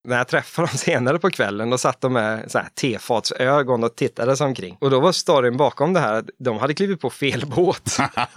När jag träffade dem senare på kvällen, då satt de med så här tefatsögon och tittade sig omkring. Och då var storyn bakom det här att de hade klivit på fel båt.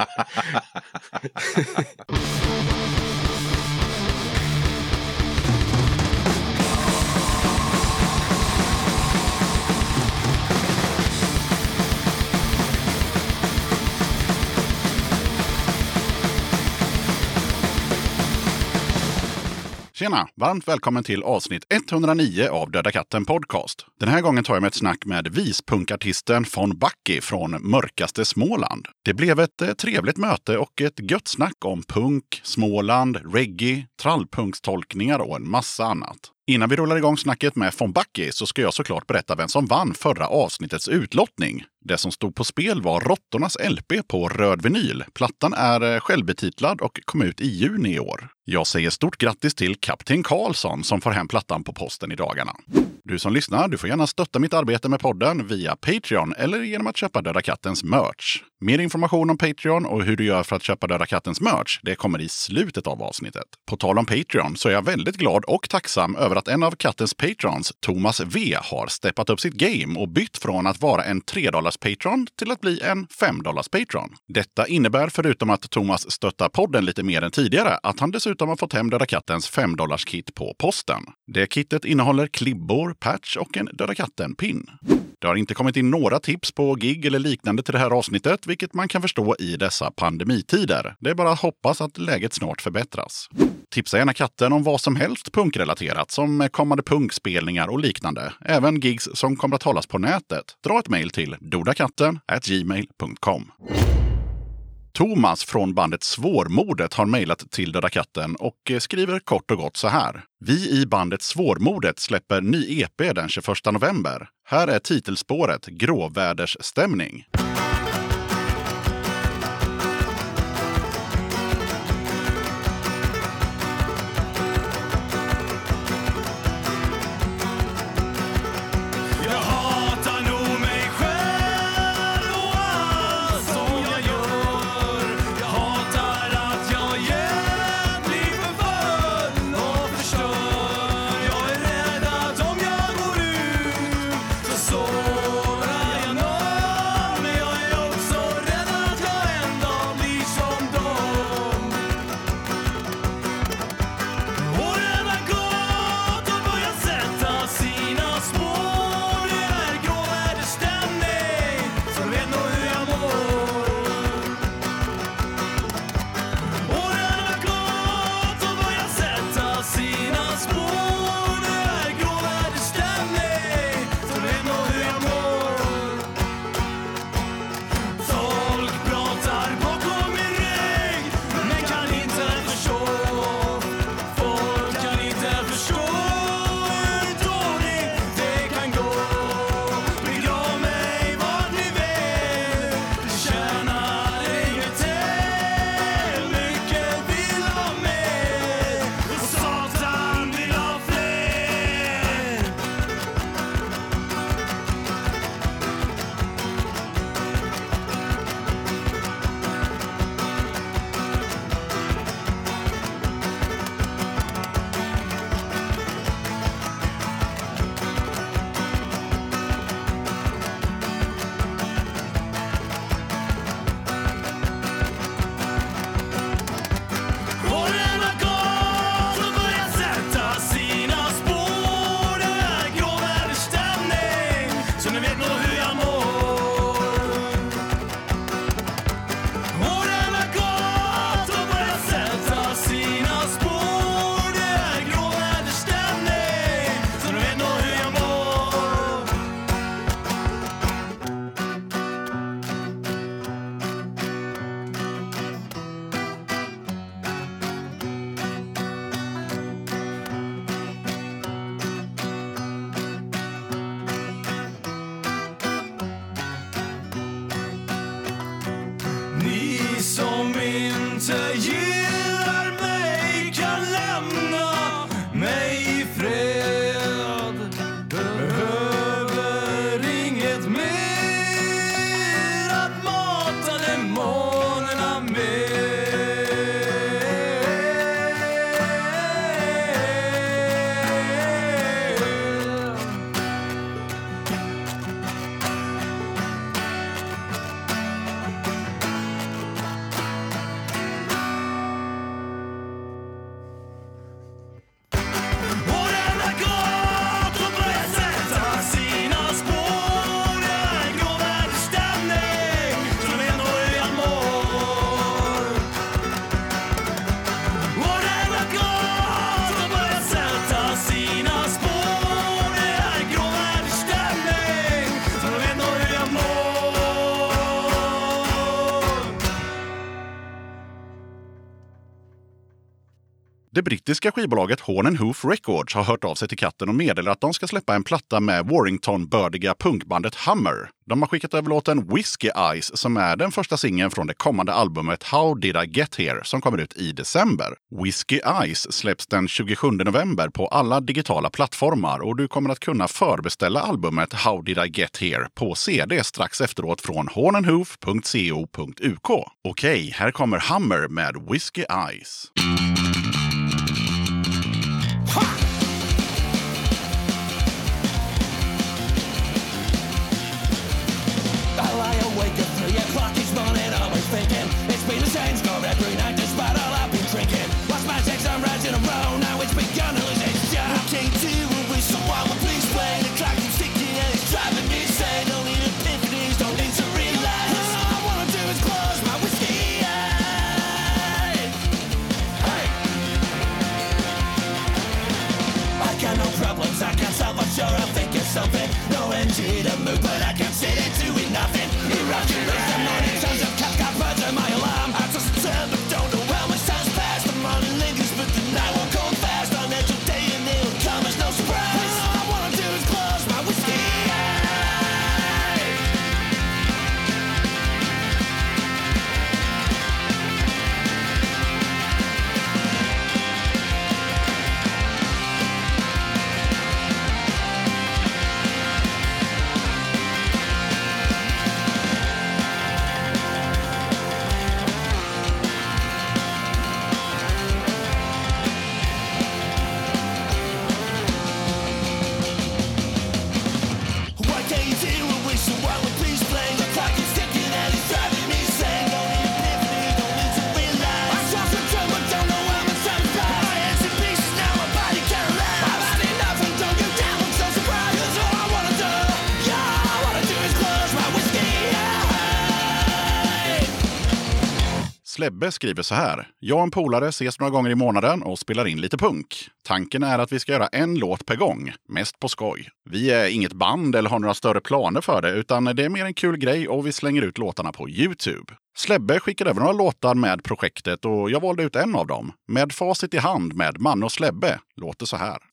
Tjena! Varmt välkommen till avsnitt 109 av Döda katten podcast. Den här gången tar jag med ett snack med vispunkartisten von Bucky från mörkaste Småland. Det blev ett trevligt möte och ett gött snack om punk, Småland, reggae, trallpunkstolkningar och en massa annat. Innan vi rullar igång snacket med von Bucky så ska jag såklart berätta vem som vann förra avsnittets utlottning. Det som stod på spel var Råttornas LP på röd vinyl. Plattan är självbetitlad och kom ut i juni i år. Jag säger stort grattis till Kapten Karlsson som får hem plattan på posten i dagarna. Du som lyssnar, du får gärna stötta mitt arbete med podden via Patreon eller genom att köpa Döda Kattens merch. Mer information om Patreon och hur du gör för att köpa Döda Kattens merch, det kommer i slutet av avsnittet. På tal om Patreon så är jag väldigt glad och tacksam över att en av kattens patrons, Thomas V, har steppat upp sitt game och bytt från att vara en $3 patron till att bli en $5 patron. Detta innebär förutom att Thomas stöttar podden lite mer än tidigare att han dessutom har fått hem Döda Kattens $5 kit på posten. Det kittet innehåller klibbor, patch och en Döda Katten-pin. Det har inte kommit in några tips på gig eller liknande till det här avsnittet, vilket man kan förstå i dessa pandemitider. Det är bara att hoppas att läget snart förbättras. Tipsa gärna katten om vad som helst punkrelaterat, som kommande punkspelningar och liknande. Även gigs som kommer att hållas på nätet. Dra ett mejl till dodakatten@gmail.com. Thomas från bandet Svårmodet har mejlat till Döda katten och skriver kort och gott så här. Vi i bandet Svårmodet släpper ny EP den 21 november. Här är titelspåret Gråvädersstämning. Det brittiska skivbolaget Horn & Hoof Records har hört av sig till katten och meddelar att de ska släppa en platta med Warrington-bördiga punkbandet Hummer. De har skickat över låten Whiskey Eyes som är den första singeln från det kommande albumet How Did I Get Here som kommer ut i december. Whiskey Eyes släpps den 27 november på alla digitala plattformar och du kommer att kunna förbeställa albumet How Did I Get Here på CD strax efteråt från hornandhoof.co.uk. Okej, här kommer Hummer med Whiskey Eyes. Something, no energy to move, but I can't sit it doing nothing. Irrational is the morning, tons of Kafka birds and my alarm. I just tell but don't know how much time's passed. The morning lingers, but the night won't come fast. On edge of day and it'll come as no surprise. All I wanna do is close my whiskey Slebbe skriver så här. Jag och en polare ses några gånger i månaden och spelar in lite punk. Tanken är att vi ska göra en låt per gång, mest på skoj. Vi är inget band eller har några större planer för det, utan det är mer en kul grej och vi slänger ut låtarna på YouTube. Slebbe skickade över några låtar med projektet och jag valde ut en av dem. Med facit i hand med Manne och Slebbe låter så här.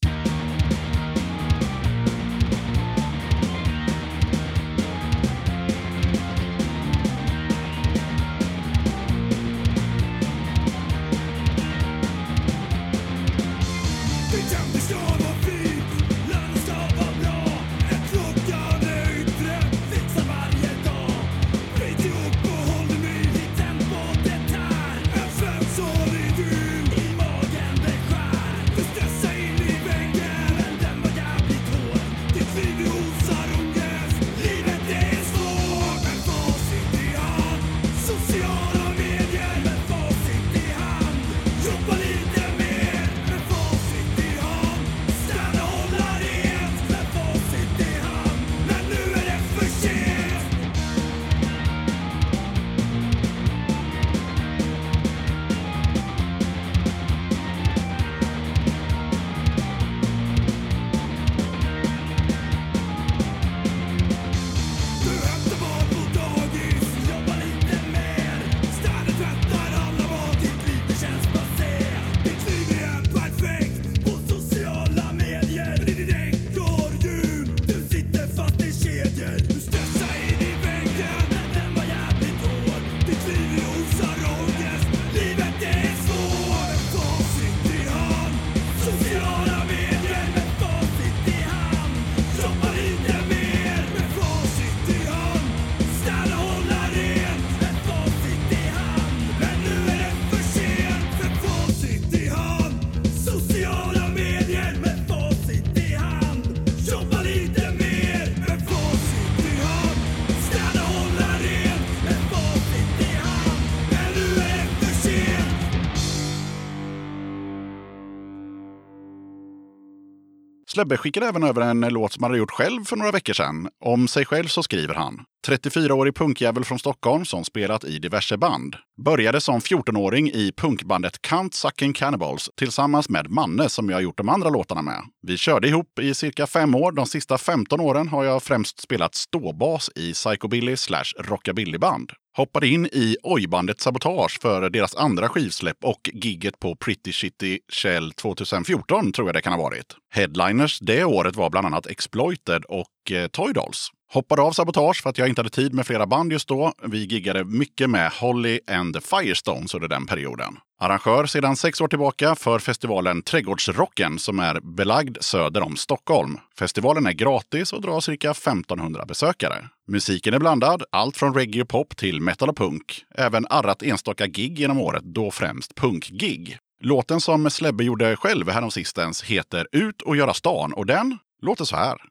Slebbe skickade även över en låt som han hade gjort själv för några veckor sedan. Om sig själv så skriver han. 34-årig punkjävel från Stockholm som spelat i diverse band. Började som 14-åring i punkbandet Count Sucking Cannibals tillsammans med Manne som jag gjort de andra låtarna med. Vi körde ihop i cirka 5 år. De sista 15 åren har jag främst spelat ståbas i psychobilly/rockabillyband. Hoppade in i oj-bandet Sabotage för deras andra skivsläpp och gigget på Pretty Shitty Shell 2014 tror jag det kan ha varit. Headliners det året var bland annat Exploited och Toy Dolls. Hoppade av Sabotage för att jag inte hade tid med flera band just då. Vi giggade mycket med Holly and the Firestones under den perioden. Arrangör sedan 6 år tillbaka för festivalen Trädgårdsrocken som är belagd söder om Stockholm. Festivalen är gratis och drar cirka 1500 besökare. Musiken är blandad, allt från reggae och pop till metal och punk. Även arrat enstaka gig genom året, då främst punkgig. Låten som Slebbe gjorde själv häromsistens heter Ut och göra stan och den låter så här.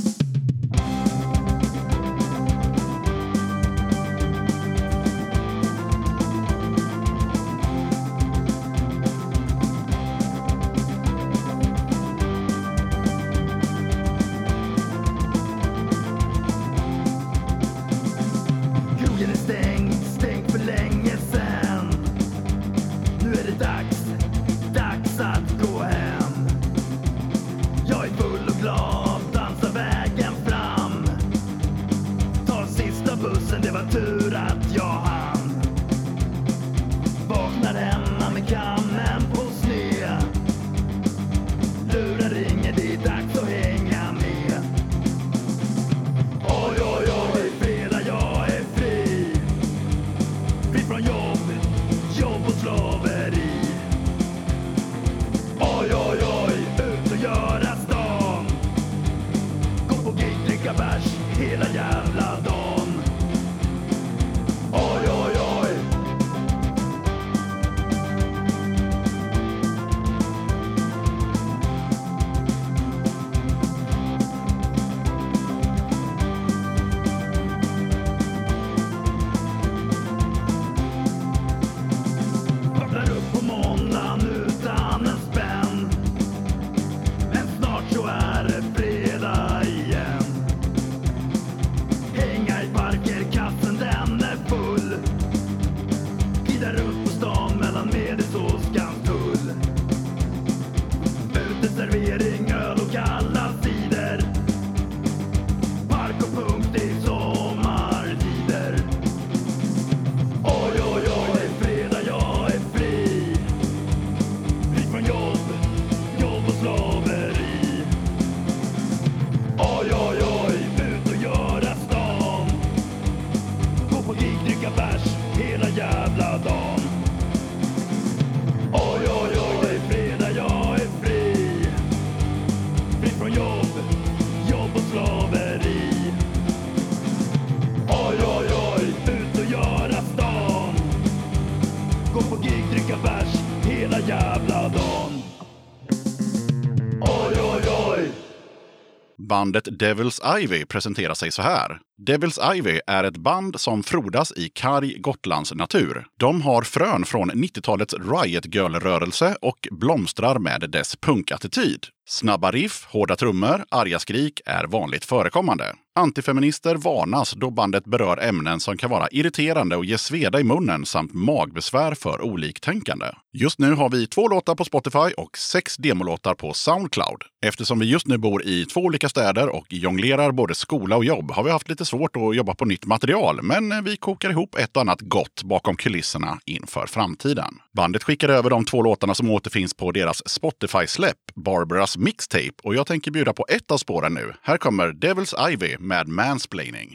Bandet Devil's Ivy presenterar sig så här. Devil's Ivy är ett band som frodas i karg Gotlands natur. De har frön från 90-talets Riot Girl-rörelse och blomstrar med dess punkattityd. Snabba riff, hårda trummor, arga skrik är vanligt förekommande. Antifeminister varnas då bandet berör ämnen som kan vara irriterande och ge sveda i munnen samt magbesvär för oliktänkande. Just nu har vi 2 låtar på Spotify och 6 demolåtar på Soundcloud. Eftersom vi just nu bor i 2 olika städer och jonglerar både skola och jobb har vi haft lite svårt att jobba på nytt material, men vi kokar ihop ett och annat gott bakom kulisserna inför framtiden. Bandet skickar över de 2 låtarna som återfinns på deras Spotify-släpp, Barbaras Mixtape, och jag tänker bjuda på ett av spåren nu. Här kommer Devil's Ivy med Mansplaining.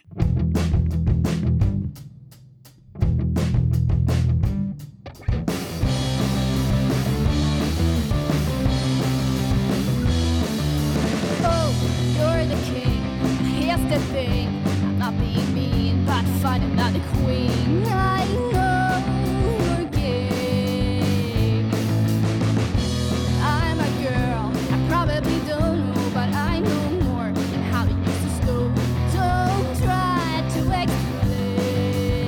Oh, you're the king. Here's the thing. I'm not being mean, but find another queen. I know you're gay. I'm a girl. I probably don't know, but I know more than how to use the stove. Don't try to explain.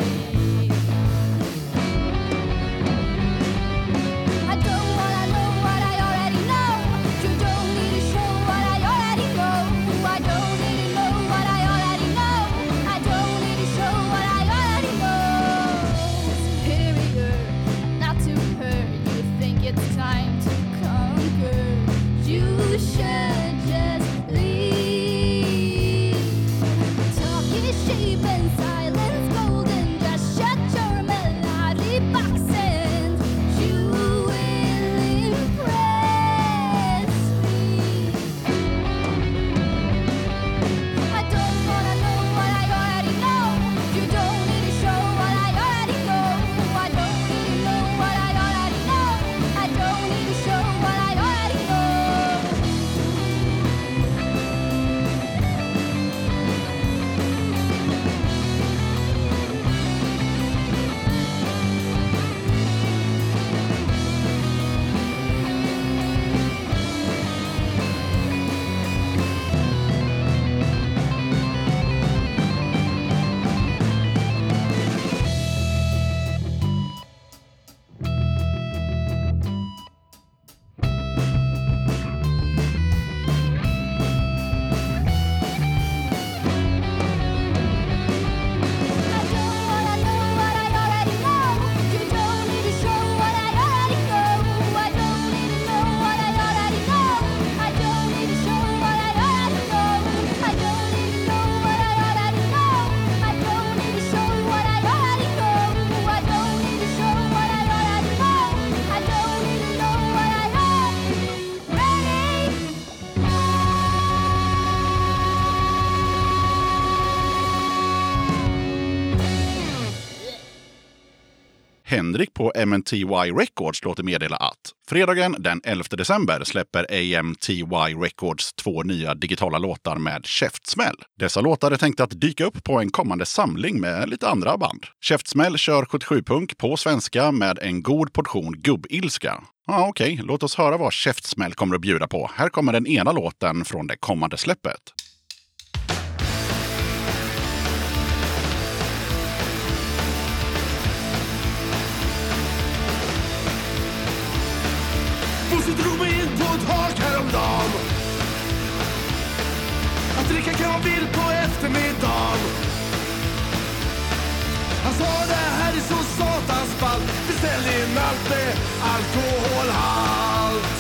I don't wanna know what I already know. You don't need to show what I already know. I don't need to know what I already know. I don't Henrik på MTY Records låter meddela att fredagen den 11 december släpper AMTY Records 2 nya digitala låtar med käftsmäll. Dessa låtar är tänkta att dyka upp på en kommande samling med lite andra band. Käftsmäll kör 77-punk på svenska med en god portion gubbilska. Ja, okej. Låt oss höra vad Käftsmäll kommer att bjuda på. Här kommer den ena låten från det kommande släppet. Bosse drog mig in på ett hak häromdagen. Att dricka kan man vill på eftermiddagen. Han sa det här är så satans ballt. Beställ in allt med alkoholhalt.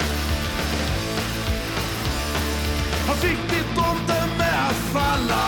Han fick mitt omdöme att falla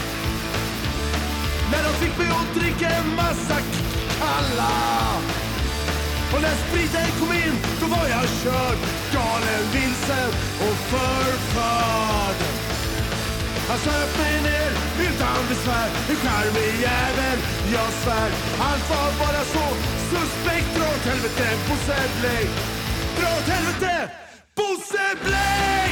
när de fick mig att dricka en massa kalla. Och när spriten kom in, då var jag körd. Galen, vilsen och förförd. Han söp mig ner utan besvär. En charmig jävel, jag svär. Allt var bara så suspekt. Dra åt helvete, Bosse Blek. Dra åt helvete, Bosse Blek!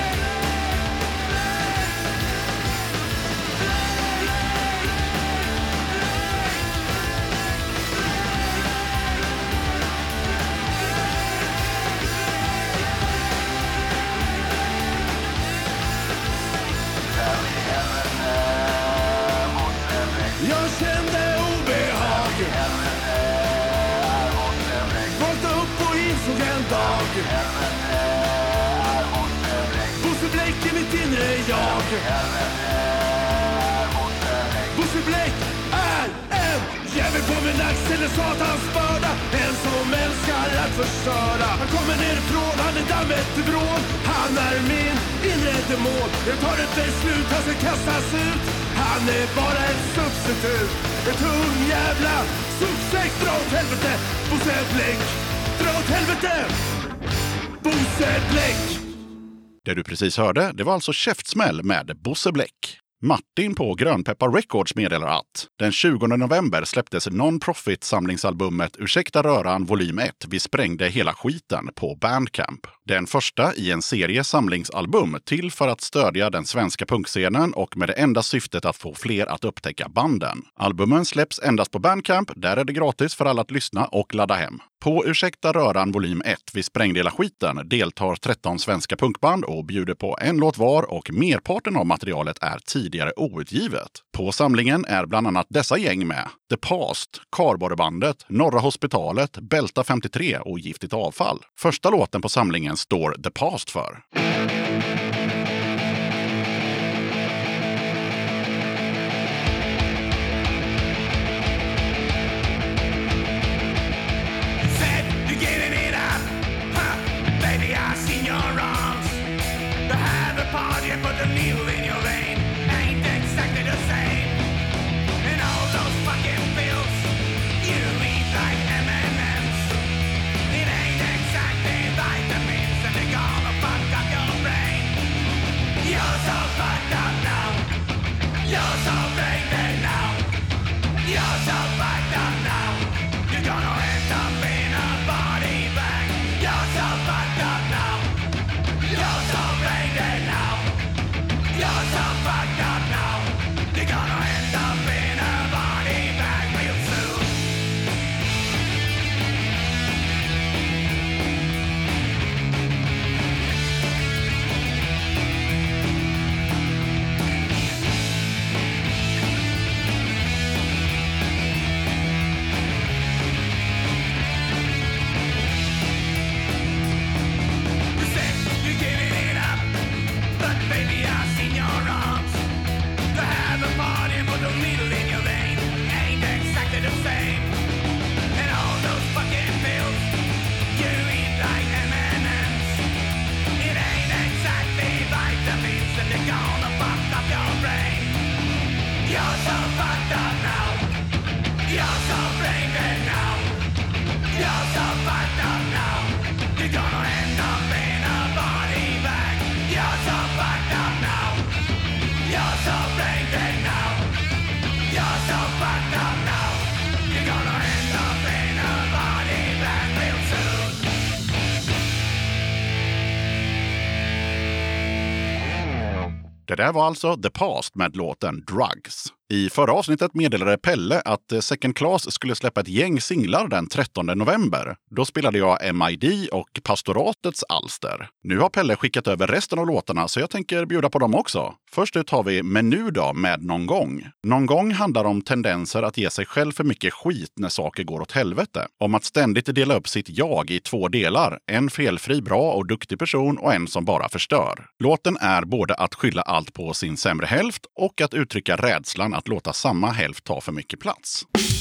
Jag kände obehag. Vaknade upp och insåg en dag. Bosse Blek är mitt inre jag. Bosse Blek är en jävel på min axel, en satans börda. En som älskar att förstöra. Han kommer nerifrån, han är dammet till vrån. Han är min inre demon. Jag tar ett beslut, han ska kastas ut. Han är bara ett substitut. En tung jävla sopsäck. Dra åt helvete, Bosse Blek. Dra åt helvete, Bosse Blek. Det du precis hörde, det var alltså Käftsmäll med Bosse Blek. Martin på Grönpeppar Records meddelar att den 20 november släpptes non-profit-samlingsalbumet Ursäkta röran volym 1 Vi sprängde hela skiten på Bandcamp. Den första i en serie samlingsalbum till för att stödja den svenska punkscenen och med det enda syftet att få fler att upptäcka banden. Albumen släpps endast på Bandcamp, där är det gratis för alla att lyssna och ladda hem. På Ursäkta röran volym 1 Vi sprängde hela skiten deltar 13 svenska punkband och bjuder på en låt var och merparten av materialet är tidigare outgivet. På samlingen är bland annat dessa gäng med: The Past, Karborrebandet, Norra Hospitalet, Bälta 53 och Giftigt avfall. Första låten på samlingen står The Past för. It ain't exactly vitamins that they gonna fuck up your brain. Det där var alltså The Past med låten Drugs. I förra avsnittet meddelade Pelle att Second Class skulle släppa ett gäng singlar den 13 november. Då spelade jag MID och Pastoratets alster. Nu har Pelle skickat över resten av låtarna så jag tänker bjuda på dem också. Först ut har vi Menu då med Någon gång. Någon gång handlar om tendenser att ge sig själv för mycket skit när saker går åt helvete. Om att ständigt dela upp sitt jag i 2 delar. En felfri, bra och duktig person och en som bara förstör. Låten är både att skylla allt på sin sämre hälft och att uttrycka rädslan att låta samma hälft ta för mycket plats.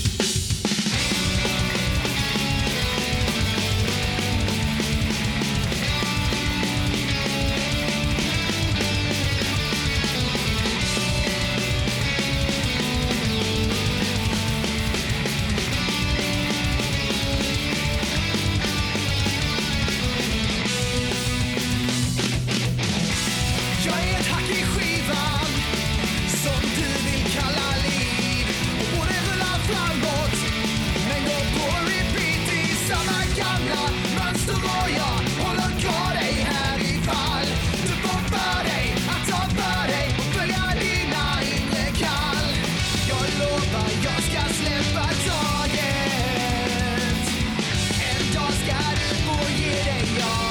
Jag är ett hack i skivan som du vill kalla liv och borde rulla framåt men går på repeat i samma gamla mönster och jag håller kvar dig här ifall du får för dig att ta för dig och följa dina inre kall. Jag lovar jag ska släppa taget. En dag ska du få ge dig jag.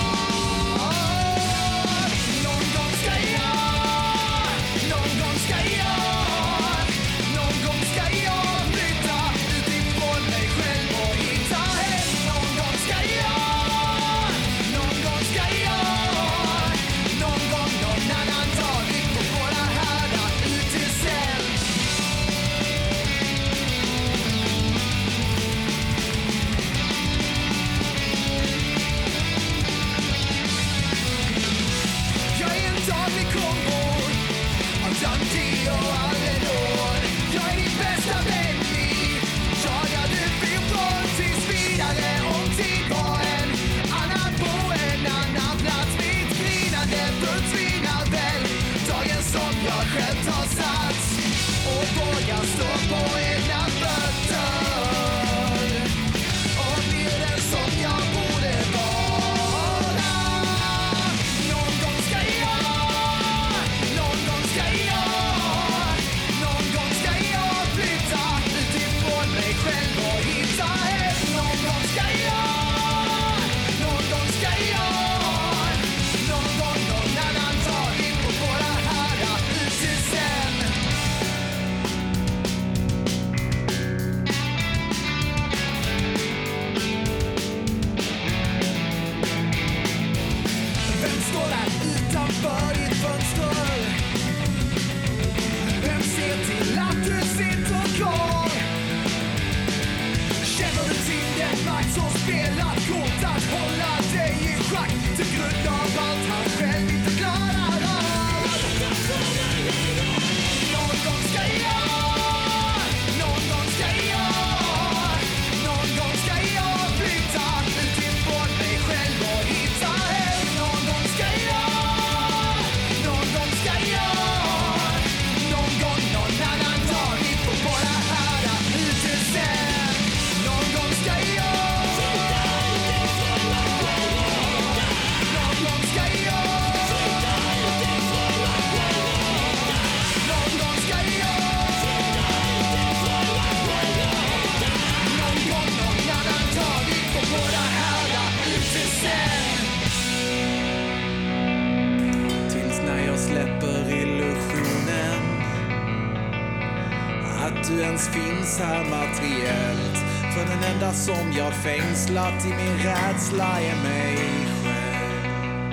Du ens finns här materiellt. För den enda som jag fängslat i min rädsla är mig själv.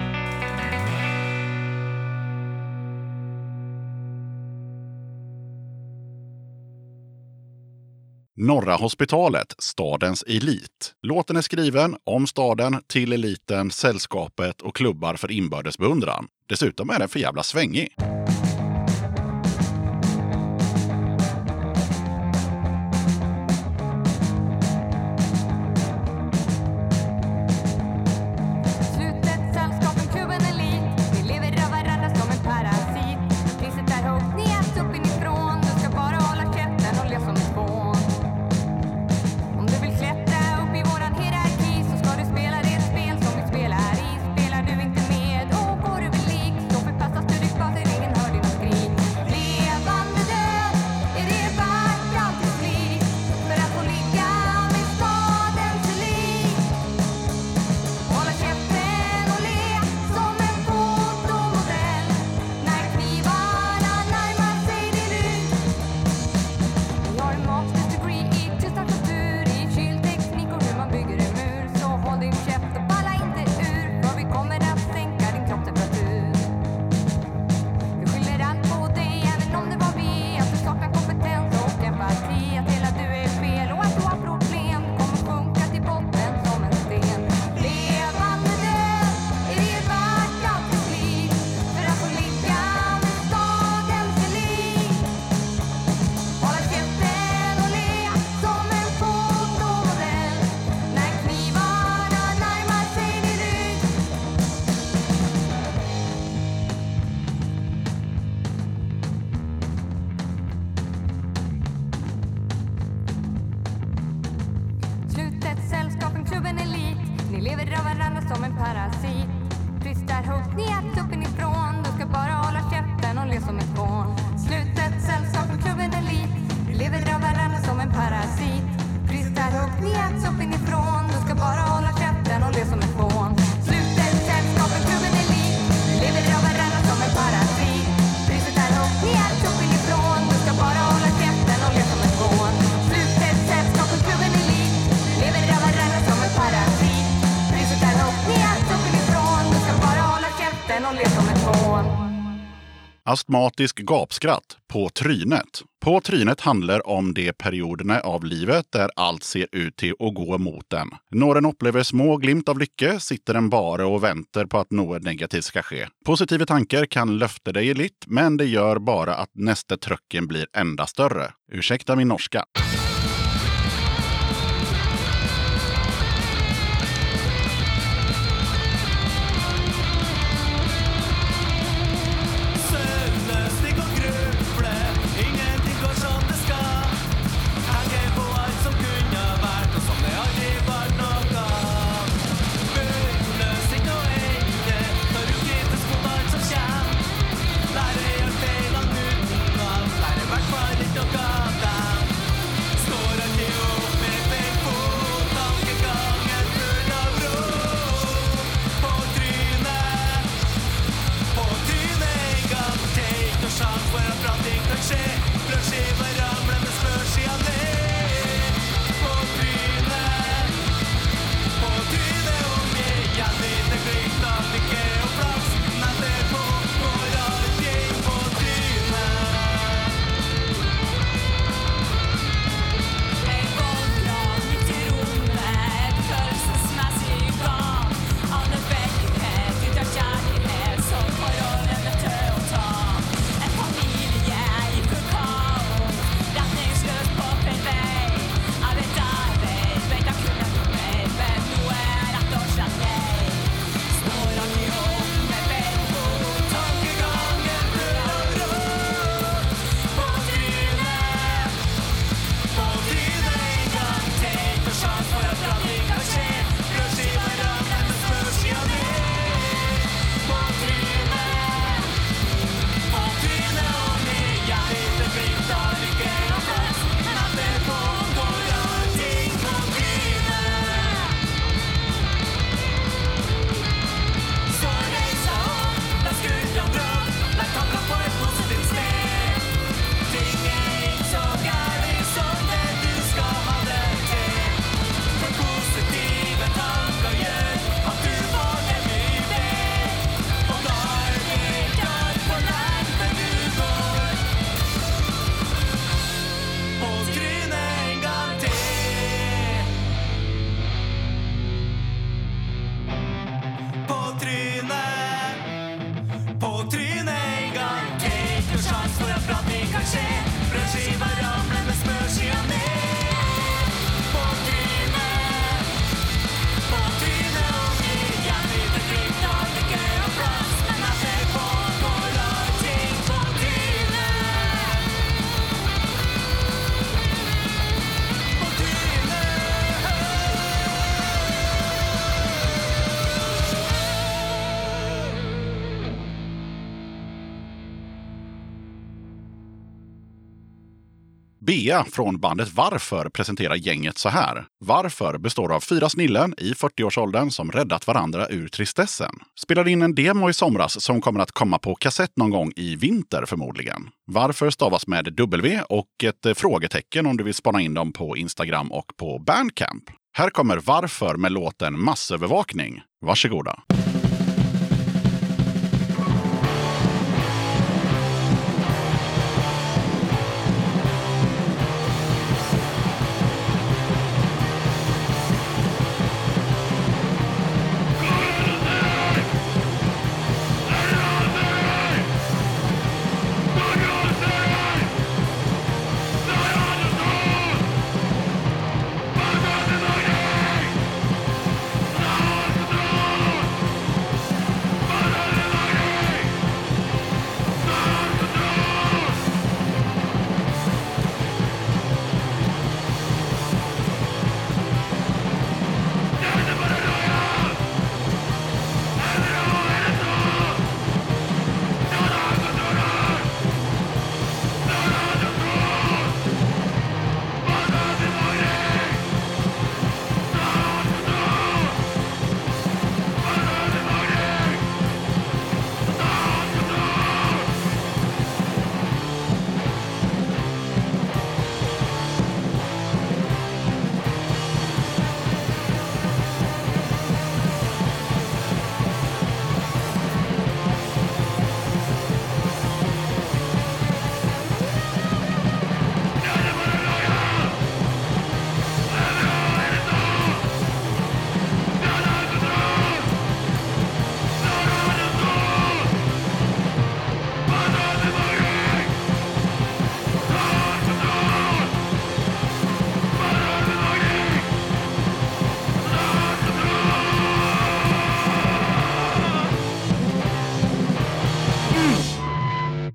Norra Hospitalet, stadens elit. Låten är skriven om staden, till eliten, sällskapet och klubbar för inbördesbeundran. Dessutom är den för jävla svängig. Spelar du inte med och går du väl lik så förpassas du ditt bas i ringen. Astmatisk gapskratt på trynet. På trynet handlar om de perioderna av livet där allt ser ut till att gå mot en. När en upplever små glimt av lycka sitter den bara och väntar på att något negativt ska ske. Positiva tankar kan löfta dig lite, men det gör bara att nästa tröcken blir ända större. Ursäkta min norska. Bea från bandet Varför presenterar gänget så här. Varför består av 4 snillen i 40-årsåldern som räddat varandra ur tristessen. Spelade in en demo i somras som kommer att komma på kassett någon gång i vinter förmodligen. Varför stavas med W och ett frågetecken om du vill spana in dem på Instagram och på Bandcamp. Här kommer Varför med låten Massövervakning. Varsågoda.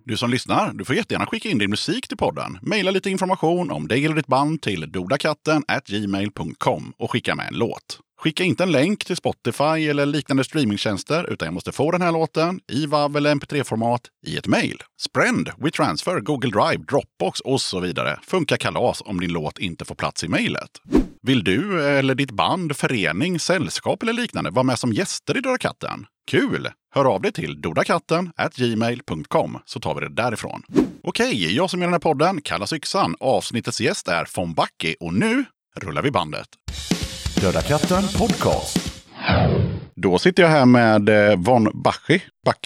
Du som lyssnar, du får jättegärna skicka in din musik till podden. Maila lite information om dig eller ditt band till dodakatten@gmail.com och skicka med en låt. Skicka inte en länk till Spotify eller liknande streamingtjänster, utan jag måste få den här låten i WAV eller MP3-format i ett mejl. Sprend, WeTransfer, Google Drive, Dropbox och så vidare. Funkar kalas om din låt inte får plats i mejlet. Vill du eller ditt band, förening, sällskap eller liknande vara med som gäster i Döda katten? Kul! Hör av dig till dodakatten@gmail.com så tar vi det därifrån. Okej, jag som gör den här podden kallas Yxan. Avsnittets gäst är von Backe och nu rullar vi bandet. Döda katten podcast. Då sitter jag här med von Backe.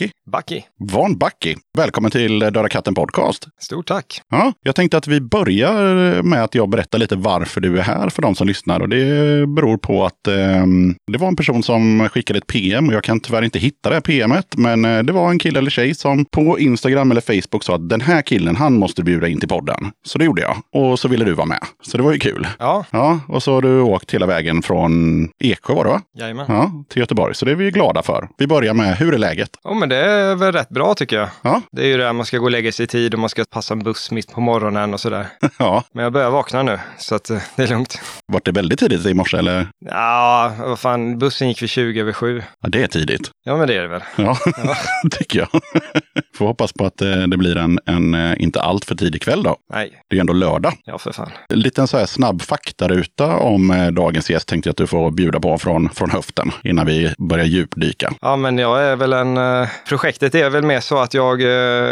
Von Backe. Välkommen till Döda katten podcast. Stort tack. Ja, jag tänkte att vi börjar med att jag berättar lite varför du är här för de som lyssnar. Och det beror på att det var en person som skickade ett PM och jag kan tyvärr inte hitta det här PMet. Men det var en kille eller tjej som på Instagram eller Facebook sa att den här killen, han måste bjuda in till podden. Så det gjorde jag. Och så ville du vara med. Så det var ju kul. Ja. Ja, och så har du åkt hela vägen från Eksjö, var det va? Jajamän. Ja, till Göteborg. Så det är vi glada för. Vi börjar med, hur är läget? Ja, men det är väl rätt bra tycker jag. Ja. Det är ju det, man ska gå och lägga sig i tid och man ska passa en buss mitt på morgonen och sådär. Ja. Men jag börjar vakna nu, så att det är lugnt. Var det väldigt tidigt i morse eller? Ja, vad fan, bussen gick vid 20:07. Ja, det är tidigt. Ja, men det är det väl. Ja, tycker jag. Får hoppas på att det blir en inte allt för tidig kväll då. Nej. Det är ändå lördag. Ja, för fan. Lite en så här snabb faktaruta om dagens gäst tänkte jag att du får bjuda på från höften innan vi börjar djupdyka. Ja, men jag är väl projektet är väl mer så att jag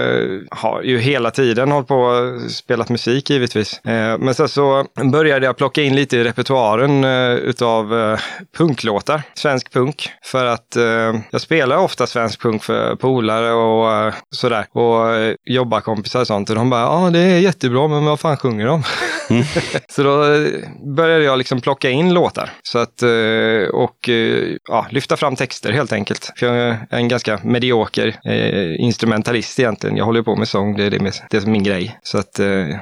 har ju hela tiden hållit på och spelat musik givetvis. Men sen så började jag plocka in lite i repertoaren utav punklåtar. Svensk punk. För att jag spelar ofta svensk punk för polare och sådär. Och jobbarkompisar och sånt. Och de bara, ja det är jättebra, men vad fan sjunger de? Mm. Så då började jag liksom plocka in låtar. Så att, och lyfta fram texter helt enkelt. För jag är en ganska medioker instrumentalist egentligen. Jag håller på med sång, det är min grej. Så att,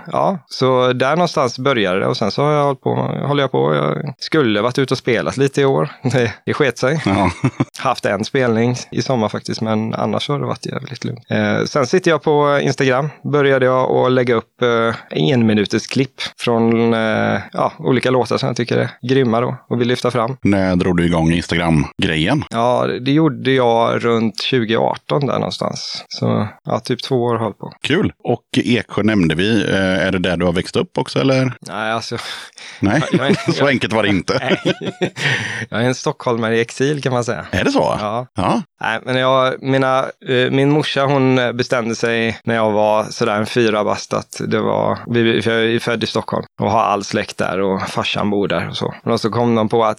så där någonstans började det. Och sen så har jag håller jag på. Jag skulle varit ute och spelat lite i år. Det sket sig. Ja. Haft en spelning i sommar faktiskt, men annars har det varit jävligt lugnt. Sen sitter jag på Instagram. Började jag att lägga upp 1 minuters klipp från olika låtar som jag tycker är grymma då och vill lyfta fram. När drog du igång Instagram-grejen? Ja, det gjorde jag runt 2018 där någonstans. Så typ 2 år håll på. Kul. Och Eksjö nämnde vi. Är det där du har växt upp också eller? Nej, alltså. Nej, så enkelt var det inte. Nej. Jag är en stockholmare i exil kan man säga. Är det så? Ja. Nej, men min morsa hon bestämde sig när jag var sådär en 4 bast att det var, jag är född i Stockholm och har all släkt där och farsan bor där och så. Och så kom de på att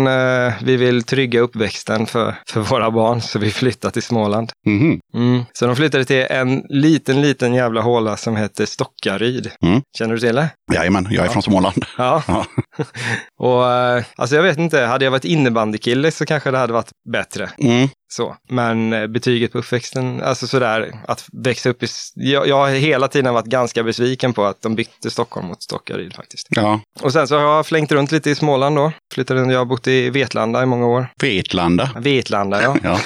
vi vill trygga uppväxten för våra barn så vi flyttar till Småland. Mm-hmm. Så de flyttade till en liten jävla håla som heter Stockaryd. Mm. Känner du till det? Jajamän, jag är från Småland. Ja. Och alltså jag vet inte, hade jag varit innebandykille så kanske det hade varit bättre. Mm. Så, men betyget på uppväxten, alltså sådär, att växa upp jag har hela tiden varit ganska besviken på att de bytte Stockholm mot Stockaryd faktiskt. Ja. Och sen så har jag flängt runt lite i Småland då. Jag har bott i Vetlanda i många år. Vetlanda, ja. Ja.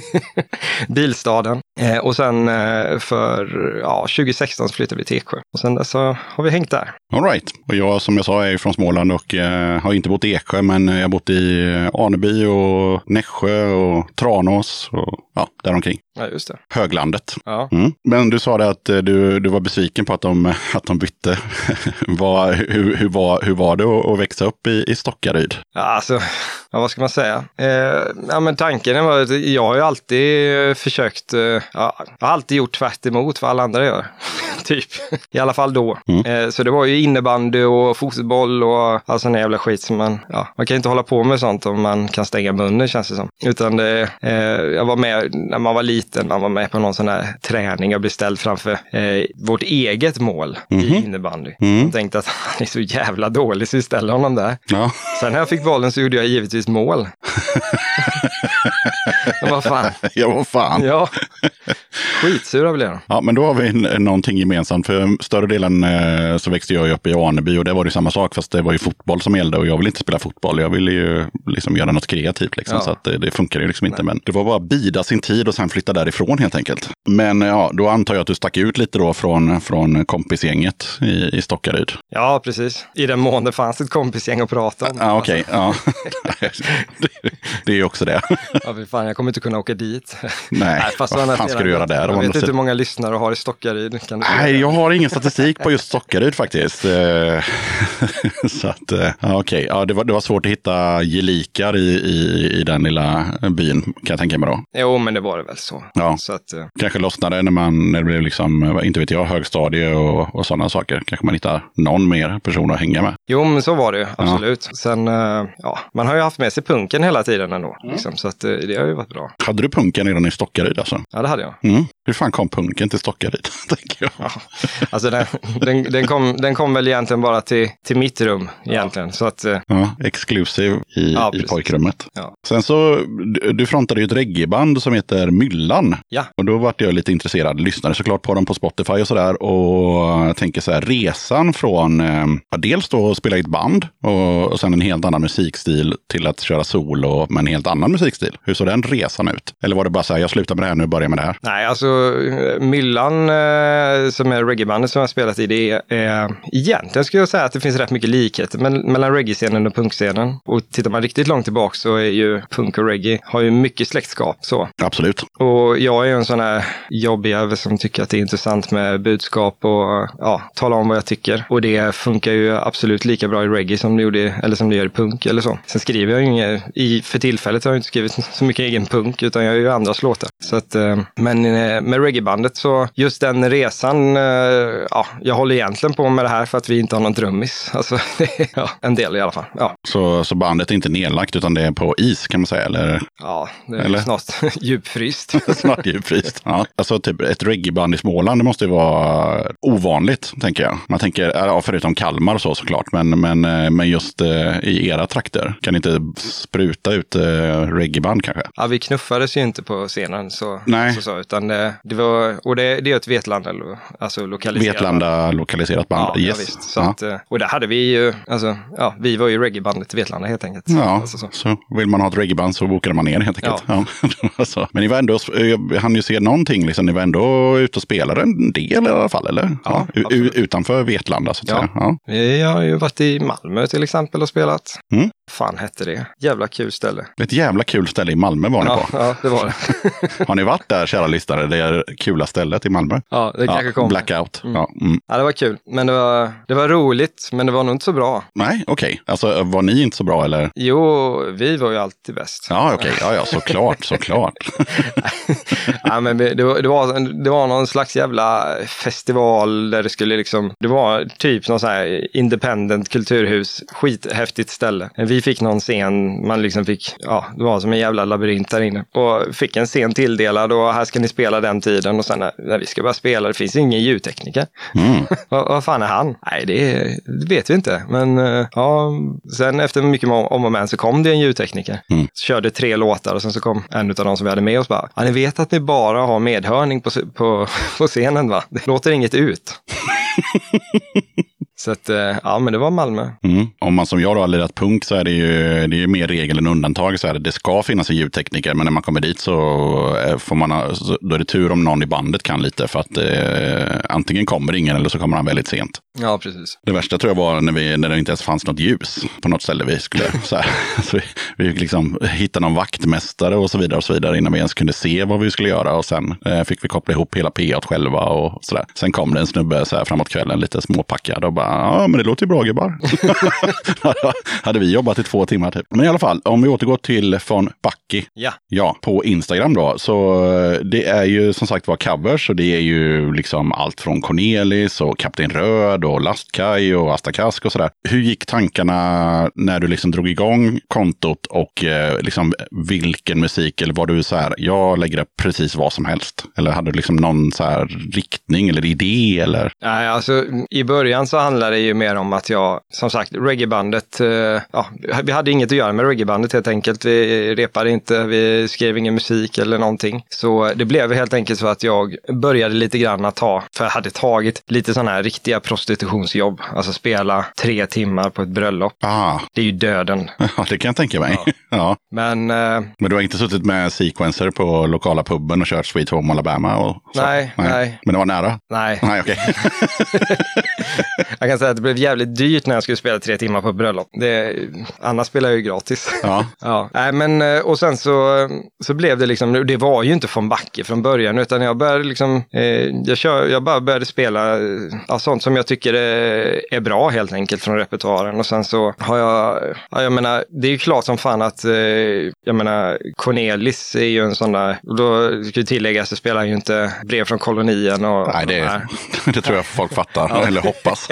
Bilstaden. Och sen för 2016 så flyttade vi till Eksjö. Och sen så har vi hängt där. All right. Och jag som jag sa är från Småland och har inte bott i Eksjö, men jag har bott i Aneby och Nässjö och Tranås och däromkring. Ja, just det. Höglandet. Ja. Mm. Men du sa det att du var besviken på att de bytte. hur var det att växa upp i Stockaryd? Ja, alltså, vad ska man säga? Men tanken var att jag har ju alltid försökt, jag har alltid gjort tvärt emot vad alla andra gör. Typ. I alla fall då. Mm. Så det var ju innebandy och fotboll och all sån jävla skit som man kan inte hålla på med sånt om man kan stänga munnen känns det som. Utan jag var med när man var liten, man var med på någon sån här träning och blev ställd framför vårt eget mål i innebandy. Jag tänkte att han är så jävla dålig så vi ställer honom där. Ja. Sen när jag fick bollen så gjorde jag givetvis mål. Vad fan? Ja, vad fan? Ja. Skitsura blev de. Ja, men då har vi någonting gemensamt. För större delen så växte jag upp i Aneby och det var det samma sak, fast det var ju fotboll som gällde och jag ville inte spela fotboll. Jag ville ju liksom göra något kreativt liksom, så att det funkar ju liksom inte. Men det var bara bida sin tid och sen flytta därifrån helt enkelt. Men ja, då antar jag att du stack ut lite då från kompisgänget i Stockaryd. Ja, precis. I den mån det fanns ett kompisgäng att prata om. Ja, okej. Ja. Det är ju också det. Ja, för fan, jag kommer inte kunna åka dit. Nej, fast vad fan ska du göra där? Jag vet inte hur många lyssnare har i Stockaryd. Nej, jag har ingen statistik på just Stockaryd faktiskt. Så att, ja, okej. Ja, det var svårt att hitta gelikar i den lilla byn, kan jag tänka mig då. Jo, men det var det väl så. Ja. Så att, kanske lossnade när det blev liksom, inte vet jag, högstadie och sådana saker. Kanske man hittar någon mer person att hänga med. Jo, men så var det ju, absolut. Ja. Sen, ja, man har ju haft med sig punken hela tiden ändå. Liksom, så att det har ju varit bra. Hade du punken redan i Stockaryd alltså? Ja, det hade jag. Hur fan kom punken till Stockaryd, tänker jag? Ja. Alltså den kom väl egentligen bara till mitt rum egentligen. Så att, ja, exklusiv i pojkrummet. Ja. Sen så, du frontade ju ett reggaeband som heter Myllan. Ja. Och då vart jag lite intresserad. Lyssnade såklart på dem på Spotify och sådär. Och tänker så här, resan från dels då att spela i ett band och sen en helt annan musikstil till att köra solo med en helt annan musikstil. Hur såg den resan ut? Eller var det bara så här, jag slutar med det här nu och börjar med det här? Nej, alltså Myllan som är reggaebandet som jag har spelat i, det är egentligen skulle jag säga att det finns rätt mycket likheter mellan reggae-scenen och punkscenen. Och tittar man riktigt långt tillbaka så är ju punk och reggae har ju mycket släktskap. Så. Absolut. Och jag är ju en sån här jobbig som tycker att det är intressant med budskap och tala om vad jag tycker. Och det funkar ju absolut lika bra i reggae som det gör i punk eller så. Sen skriver jag ju inget, för tillfället har jag inte skrivit så mycket egen punk utan jag gör ju andra låtar. Så att, men med reggaebandet så just den resan, jag håller egentligen på med det här för att vi inte har någon drummis. Alltså, en del i alla fall. Ja. Så bandet är inte nedlagt utan det är på is kan man säga, eller? Ja, det är snart djupfryst. Snart djupfryst, ja. Alltså typ ett reggaeband i Småland, det måste ju vara ovanligt, tänker jag. Man tänker, förutom Kalmar och så såklart, men just i era trakter, kan inte spruta ut reggaeband kanske? Ja, vi knuffades ju inte på scenen så utan det var, och det är ett Vetlanda, alltså lokaliserat. Vetlanda lokaliserat band, ja, yes. Ja, visst. Så att, och där hade vi ju, alltså, vi var ju reggaebandet i Vetlanda helt enkelt. Ja, alltså, så vill man ha ett reggaeband så bokade man ner helt enkelt. Ja. Alltså. Men ni var ändå, han ju se någonting, liksom, ni var ändå ute och spelade en del i alla fall, eller? Ja, utanför Vetlanda så att säga. Ja. Vi har ju varit i Malmö till exempel och spelat. Fan hette det? Jävla kul ställe. Ett jävla kul ställe i Malmö var ni på. Ja, det var det. Har ni varit där, kära lyssnare? Det är kula stället i Malmö. Ja, det kanske kommer. Blackout. Ja, det var kul. Men det var roligt, men det var nog inte så bra. Nej, okej. Alltså, var ni inte så bra, eller? Jo, vi var ju alltid bäst. Ja, okej. Ja, såklart. Ja, men det var någon slags jävla festival där det skulle liksom, det var typ någon sån här independent kulturhus, skithäftigt ställe. Vi fick någon scen, man liksom fick, det var som en jävla labyrint där inne. Och fick en scen tilldelad och här ska ni spela den tiden och sen när vi ska bara spela, det finns ingen ljudtekniker. Vad fan är han? Nej, det vet vi inte. Men sen efter mycket om och men så kom det en ljudtekniker. Så körde 3 låtar och sen så kom en av de som vi hade med oss bara, ni vet att ni bara har medhörning på scenen, va? Det låter inget ut. Så att, men det var Malmö. Om man som jag då har lirat punk så är det är mer regel än undantag. Så är det ska finnas en ljudtekniker, men när man kommer dit så då är det tur om någon i bandet kan lite, för att antingen kommer ingen eller så kommer han väldigt sent. Ja, precis. Det värsta tror jag var när det inte ens fanns något ljus på något ställe vi skulle så här. Så vi liksom hittade någon vaktmästare och så vidare innan vi ens kunde se vad vi skulle göra, och sen fick vi koppla ihop hela P8 själva och sådär. Sen kom det en snubbe så här framåt kvällen lite småpackad och bara, men det låter ju bra, gubbar. Hade vi jobbat i 2 timmar typ. Men i alla fall, om vi återgår till von Backe. Ja, på Instagram då. Så det är ju som sagt var covers, och det är ju liksom allt från Cornelis och Kapten Röd Stad och Lastkaj och Astakask och sådär. Hur gick tankarna när du liksom drog igång kontot och liksom vilken musik, eller var du så här, jag lägger upp precis vad som helst? Eller hade du liksom någon så här riktning eller idé eller? Nej, alltså i början så handlade det ju mer om att jag, som sagt, reggaebandet, vi hade inget att göra med reggaebandet helt enkelt. Vi repade inte, vi skrev ingen musik eller någonting. Så det blev helt enkelt så att jag började lite grann att för jag hade tagit lite sådana här riktiga prostitutionsjobb. Alltså spela 3 timmar på ett bröllop. Det är ju döden. Ja, det kan jag tänka mig. Ja. Men du har inte suttit med sequencer på lokala puben och kört Sweet Home Alabama? Och så? Nej. Men det var nära? Nej, okej. Jag kan säga att det blev jävligt dyrt när jag skulle spela 3 timmar på ett bröllop. Annars spelar jag ju gratis. Ja. Nej, men och sen så blev det liksom, det var ju inte från Backe från början, utan jag började liksom, jag bara började spela sånt som jag tycker är bra helt enkelt från repertoaren. Och sen så har jag menar, det är ju klart som fan att jag menar, Cornelis är ju en sån där, då ska jag tillägga att jag spelar ju inte Brev från kolonien och... Nej, det tror jag folk fattar, eller hoppas.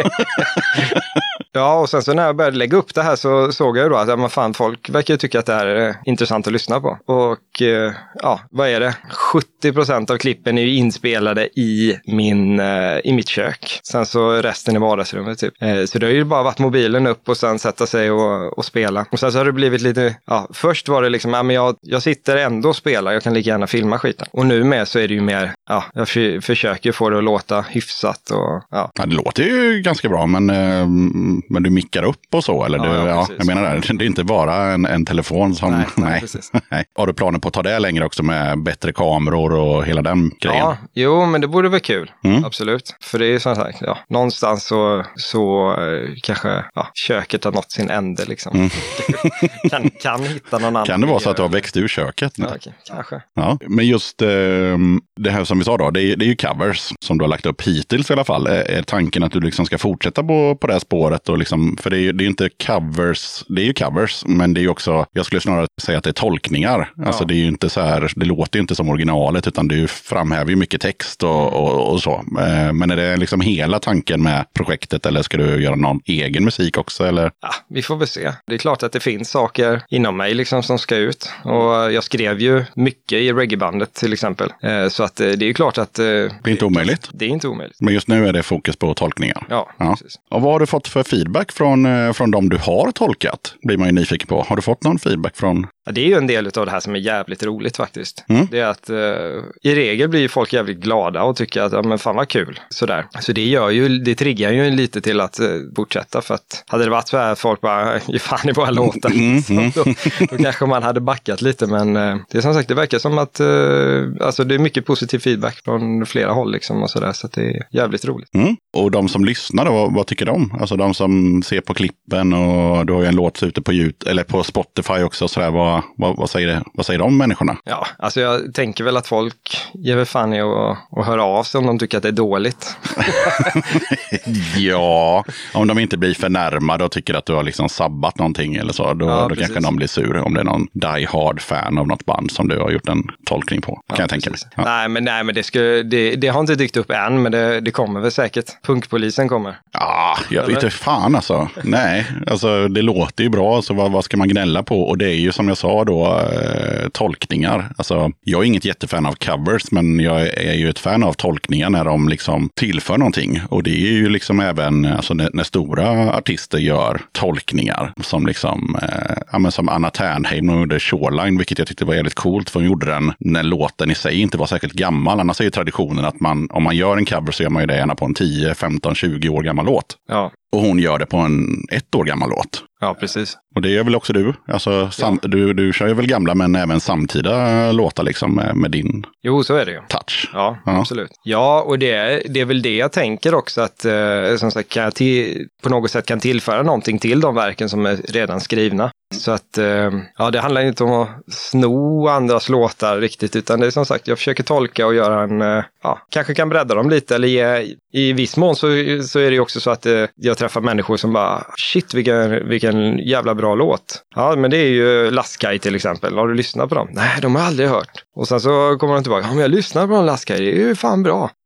Ja, och sen så när jag började lägga upp det här så såg jag ju då att folk verkar ju tycka att det här är intressant att lyssna på. Och vad är det? 70% av klippen är ju inspelade i mitt kök. Sen så resten i vardagsrummet typ. Så det har ju bara varit mobilen upp och sen sätta sig och spela. Och sen så har det blivit lite, först var det liksom, men jag sitter ändå och spelar, jag kan lika gärna filma skiten. Och nu med så är det ju mer, jag försöker få det att låta hyfsat och Ja, det låter ju ganska bra, men du mickar upp och så, eller? Jag menar det är inte bara en telefon som... Nej. Har du planer på att ta det längre också med bättre kameror och hela den grejen? Ja, jo, men det borde vara kul. Absolut. För det är ju som sagt, någonstans så kanske köket har nått sin ände liksom. kan hitta någon annan. Kan det vara så att du har växt ur köket? Ja, okay, kanske. Ja, men just det här som vi sa då, det är ju covers som du har lagt upp hittills i alla fall. Är tanken att du liksom ska fortsätta på det här spåret? Och liksom, för det är ju inte covers, det är ju covers, men det är ju också, jag skulle snarare säga att det är tolkningar. Alltså det är ju inte så här, det låter ju inte som originalet, utan det framhäver ju mycket text och så. Men är det liksom hela tanken med projektet, eller ska du göra någon egen musik också, eller? Ja, vi får väl se. Det är klart att det finns saker inom mig liksom som ska ut. Och jag skrev ju mycket i reggaebandet till exempel. Så att det är ju klart att... det är inte omöjligt. Det är inte omöjligt. Men just nu är det fokus på tolkningar. Ja, precis. Och vad har du fått för feedback från de du har tolkat? Blir man ju nyfiken på. Har du fått någon feedback från... Ja, det är ju en del av det här som är jävligt roligt faktiskt. Det är att i regel blir folk jävligt glada och tycker att men fan vad kul. Sådär. Så det triggar ju lite till att fortsätta, för att hade det varit så här folk bara ge fan i våra låtar då kanske man hade backat lite, men det är som sagt, det verkar som att alltså det är mycket positiv feedback från flera håll liksom och sådär, så att det är jävligt roligt. Och de som lyssnar då, vad tycker de? Alltså de som ser på klippen, och du har ju en låt ute på YouTube, eller på Spotify också, sådär, vad säger de människorna? Ja, alltså jag tänker väl att folk ger väl fan i att höra av sig om de tycker att det är dåligt. Ja, om de inte blir förnärmade och tycker att du har liksom sabbat någonting eller så, då kanske de blir sur om det är någon die hard fan av något band som du har gjort en tolkning på, kan jag tänka mig. Ja. Nej, men det har inte dykt upp än, men det kommer väl säkert. Punkpolisen kommer. Ja, jag vet inte fan alltså. Nej, alltså det låter ju bra, så vad ska man gnälla på? Och det är ju som jag sa då, tolkningar. Alltså, jag är inget jättefan av covers, men jag är ju ett fan av tolkningar när de liksom tillför någonting. Och det är ju liksom även alltså, när stora artister gör tolkningar som liksom, som Anna Ternheim och gjorde Shoreline, vilket jag tyckte var jävligt coolt, för hon gjorde den när låten i sig inte var särskilt gammal. Annars är ju traditionen att om man gör en cover så gör man ju det gärna på en 10, 15, 20 år gammal låt. Ja. Och hon gör det på en 1 år gammal låt. Ja, precis. Och det gör väl också du? Alltså, du kör ju väl gamla, men även samtida låtar liksom med din så är det ju. Touch. Ja, absolut. Ja, och det är väl det jag tänker också, att som sagt, kan jag på något sätt kan tillföra någonting till de verken som är redan skrivna. Så att, det handlar inte om att sno andras låtar riktigt, utan det är som sagt, jag försöker tolka och göra kanske kan bredda dem lite, eller i viss mån så är det ju också så att jag träffar människor som bara, shit vilken jävla bra låt. Ja, men det är ju Lastkaj till exempel. Har du lyssnat på dem? Nej, de har jag aldrig hört. Och sen så kommer de tillbaka, men jag lyssnar på dem Lastkaj, det är ju fan bra.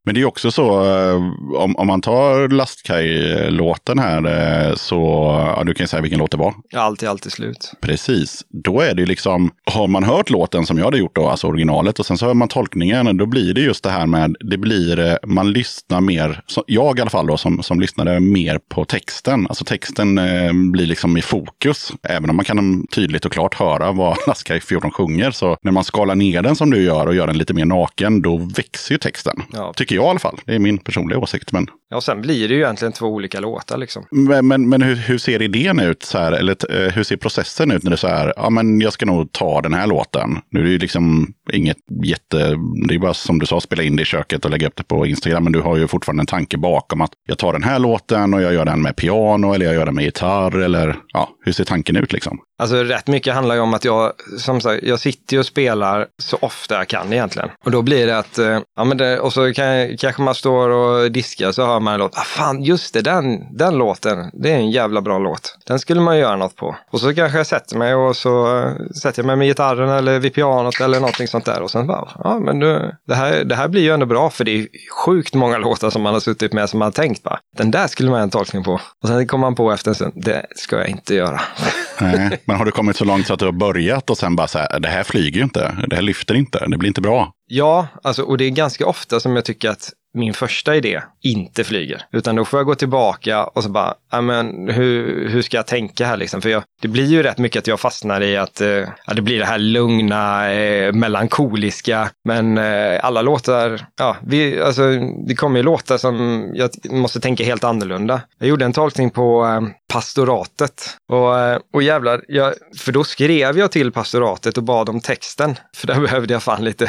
Men det är också så, om man tar Lastkaj-låten här, så du kan ju säga vilken låt det var. Alltid slut. Precis. Då är det ju liksom, har man hört låten som jag hade gjort då, alltså originalet, och sen så hör man tolkningen, då blir det just det här med, man lyssnar mer, jag i alla fall då, som lyssnade mer på texten. Alltså texten blir liksom i fokus, även om man kan tydligt och klart höra vad Lastkaj 14 sjunger, så när man skalar ner den som du gör och gör den lite mer naken, då växer ju texten. Ja. Tycker jag i alla fall. Det är min personliga åsikt. Men... Ja, och sen blir det ju egentligen 2 olika låtar liksom. Men hur ser idén ut så här? Eller hur ser processen ut när det är så här, ja men jag ska nog ta den här låten. Nu är det ju liksom inget det är bara som du sa, spela in det i köket och lägga upp det på Instagram, men du har ju fortfarande en tanke bakom att jag tar den här låten och jag gör den med piano eller jag gör den med gitarr, eller ja, hur ser tanken ut liksom? Alltså rätt mycket handlar ju om att jag sitter och spelar så ofta jag kan egentligen. Och då blir det att, och så kanske man står och diskar, så hör man en låt. Fan, just det, den låten, det är en jävla bra låt. Den skulle man göra något på. Och så kanske jag sätter mig och så sätter jag mig med gitarren eller vid pianot eller någonting sånt där. Och sen bara, men det här blir ju ändå bra, för det är sjukt många låtar som man har suttit med som man har tänkt på. Den där skulle man ha en tolkning på. Och sen kommer man på efter en stund, det ska jag inte göra. Nej, men har du kommit så långt så att du har börjat och sen bara så här, det här flyger ju inte, det här lyfter inte, det blir inte bra? Ja, alltså, och det är ganska ofta som jag tycker att min första idé inte flyger. Utan då får jag gå tillbaka och så bara, hur ska jag tänka här liksom? För det blir ju rätt mycket att jag fastnar i att det blir det här lugna, melankoliska. Men alla låtar, det kommer ju låtar som jag måste tänka helt annorlunda. Jag gjorde en tolkning på Pastoratet. Och jävlar, för då skrev jag till Pastoratet och bad om texten. För där behövde jag fan lite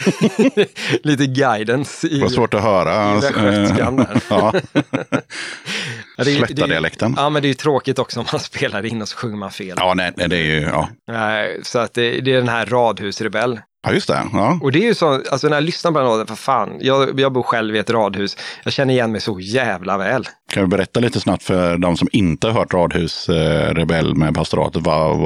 lite guidance. Det var svårt att höra. Ja. Slätta-dialekten. Ja, men det är ju tråkigt också om man spelar in och så sjunger man fel. Ja, nej, det är ju, ja. Så att det är den här Radhusrebell. Ja, just det. Ja. Och det är ju så, alltså när jag lyssnar på den låten, för fan, jag bor själv i ett radhus. Jag känner igen mig så jävla väl. Kan du berätta lite snabbt för de som inte har hört Radhusrebell med Pastoratet,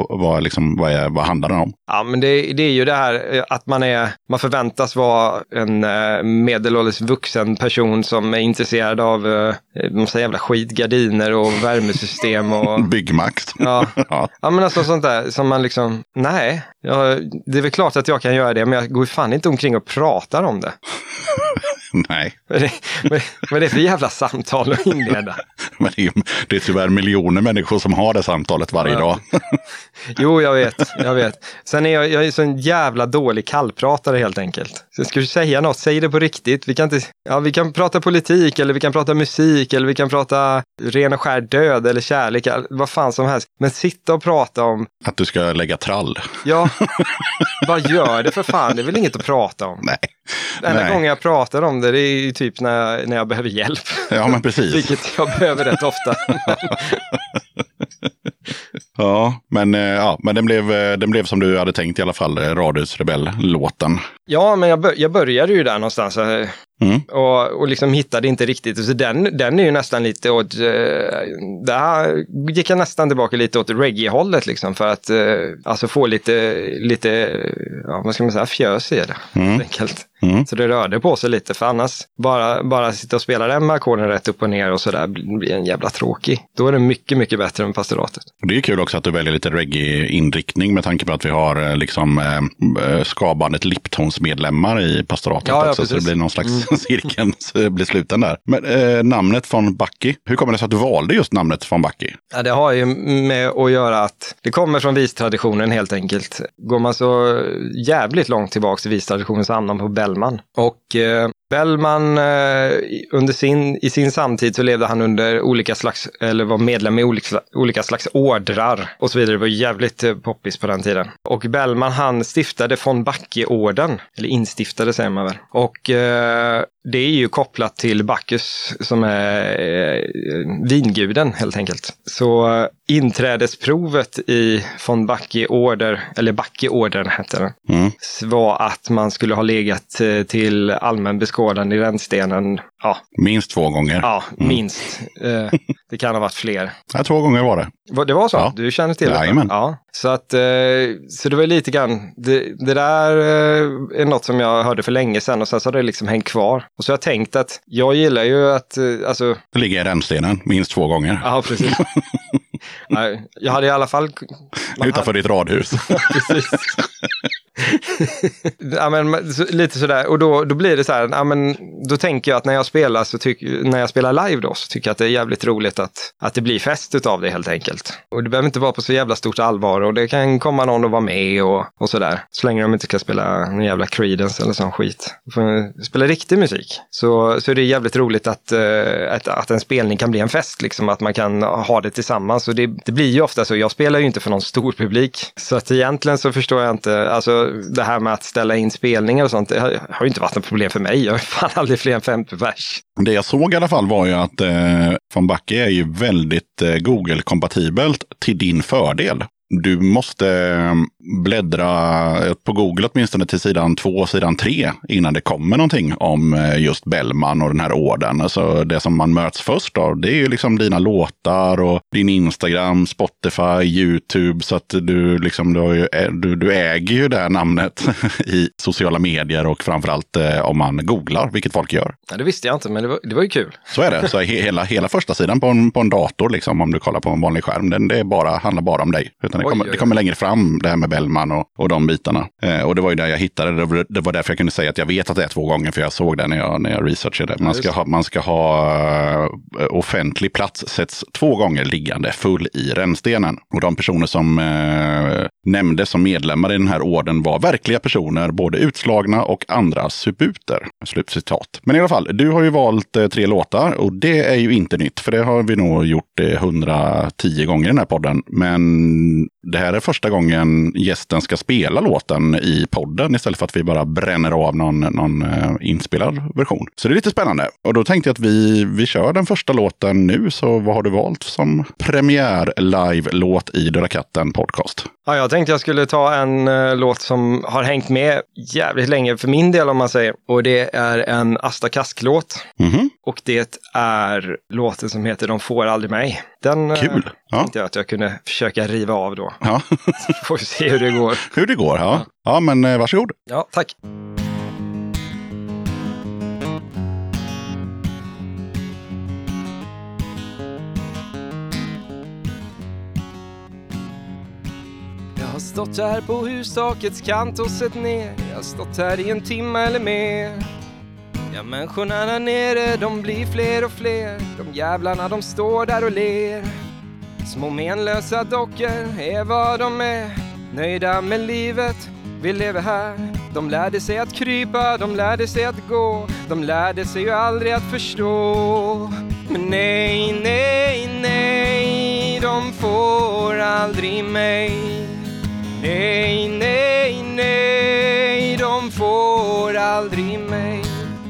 vad handlar det om? Ja, men det är ju det här att man förväntas vara en medelålders vuxen person som är intresserad av massa jävla skitgardiner och värmesystem och Byggmakt. Ja. Ja, men alltså sånt där som man liksom, nej, det är väl klart att jag kan göra det, men jag går ju fan inte omkring och pratar om det. Nej. Vad är det för jävla samtal att inleda? Men det är tyvärr miljoner människor som har det samtalet varje dag. Jo, jag vet. Sen är jag är så en jävla dålig kallpratare helt enkelt. Så ska du säga något, säg det på riktigt. Vi kan prata politik, eller vi kan prata musik, eller vi kan prata ren och skär död eller kärlek, vad fan som helst. Men sitta och prata om... Att du ska lägga trall. Ja, vad gör det för fan? Det är väl inget att prata om. Nej. Enda gången jag pratar om det är ju typ när jag behöver hjälp. Ja, men precis. Vilket jag behöver rätt ofta. Men den blev som du hade tänkt i alla fall, Radhusrebell-låten. Ja, men jag började ju där någonstans och liksom hittade inte riktigt. Så den är ju nästan lite åt... Där gick jag nästan tillbaka lite åt reggae-hållet liksom, för att alltså få lite vad ska man säga, fjös i det. Enkelt. Så det rörde på sig lite, för annars bara sitta och spela den med ackorden rätt upp och ner och sådär blir en jävla tråkig. Då är det mycket, mycket bättre än Pastoratet. Det är kul också att du väljer lite reggae-inriktning med tanke på att vi har liksom skabandet Liptons medlemmar i Pastoratet. Ja, så det blir någon slags cirkeln, så det blir sluten där. Men namnet von Bucky, hur kommer det sig att du valde just namnet von Bucky? Ja, det har ju med att göra att det kommer från vistraditionen helt enkelt. Går man så jävligt långt tillbaka till vistraditionen så hamnar man på Bellman. Och Bellman i sin samtid så levde han under olika slags, eller var medlem i olika slags ordrar och så vidare. Det var jävligt poppis på den tiden. Och Bellman, han stiftade von Bucky-orden, eller instiftade säger man väl. Och det är ju kopplat till Bacchus som är vinguden helt enkelt. Så inträdesprovet i von Bucky-order, eller Bucky-orden hette den, var att man skulle ha legat till allmän beskådan i rännstenen Ja. Minst 2 gånger. Ja, minst. Det kan ha varit fler. Ja, 2 gånger var det. Det var så? Ja. Du känner till det? Jajamän. Ja. Så att, så det var lite grann, det där är något som jag hörde för länge sedan och sen så har det liksom hängt kvar. Och så har jag tänkt att jag gillar ju att, alltså... Det ligger i rännstenen, minst 2 gånger. Ja, precis. Jag hade i alla fall... Utanför ditt radhus. Precis. Ja, men, lite sådär. Och då blir det så här, ja, men, då tänker jag att när jag spelar när jag spelar live då, så tycker jag att det är jävligt roligt att det blir fest utav det helt enkelt. Och det behöver inte vara på så jävla stort allvar och det kan komma någon och vara med och sådär. Så länge de inte ska spela någon jävla Creedence eller sån skit. För spela riktig musik så är det jävligt roligt att en spelning kan bli en fest liksom, att man kan ha det tillsammans. Och det blir ju ofta så, jag spelar ju inte för någon stor publik. Så att egentligen så förstår jag inte, alltså det här med att ställa in spelningar och sånt, det har ju inte varit något problem för mig. Jag har fan aldrig fler än 50 vers. Det jag såg i alla fall var ju att Von Backe är ju väldigt Google-kompatibelt till din fördel. Du måste bläddra på Google åtminstone till sidan 2 och sidan 3 innan det kommer någonting om just Bellman och den här orden. Alltså det som man möts först då, det är ju liksom dina låtar och din Instagram, Spotify, YouTube, så att du äger ju det här namnet i sociala medier och framförallt om man googlar, vilket folk gör. Ja, det visste jag inte, men det var ju kul. Så är det. Så hela första sidan på en dator, liksom, om du kollar på en vanlig skärm, det handlar bara om dig. Utan det kommer längre fram, det här med Bellman och de bitarna. Och det var ju där jag hittade det. Det var därför jag kunde säga att jag vet att det är 2 gånger, för jag såg det när jag researchade. Man ska ha offentlig plats sätts 2 gånger liggande full i rännstenen. Och de personer som nämndes som medlemmar i den här orden var verkliga personer, både utslagna och andra subuter. Slutcitat. Men i alla fall, du har ju valt 3 låtar och det är ju inte nytt, för det har vi nog gjort 110 gånger i den här podden. Men det här är första gången gästen ska spela låten i podden istället för att vi bara bränner av någon inspelad version. Så det är lite spännande. Och då tänkte jag att vi kör den första låten nu, så vad har du valt som premiär live-låt i Döda Katten podcast? Ja, jag tänkte jag skulle ta en låt som har hängt med jävligt länge för min del, om man säger. Och det är en Asta Kask-låt. Mm-hmm. Och det är låten som heter De får aldrig mig. Den Kul. tänkte jag att jag kunde försöka riva av då. Ja. Så får vi se hur det går. Hur det går, ja. Ja, men varsågod. Ja, tack. Jag har stått här på hustakets kant och sett ner. Jag har stått här i 1 timme eller mer. Ja, människorna där nere, de blir fler och fler. De jävlarna, de står där och ler. Små menlösa dockor är vad de är. Nöjda med livet, vi lever här. De lärde sig att krypa, de lärde sig att gå. De lärde sig ju aldrig att förstå. Men nej, nej, nej, de får aldrig mig. Nej, nej, nej, de får aldrig mig.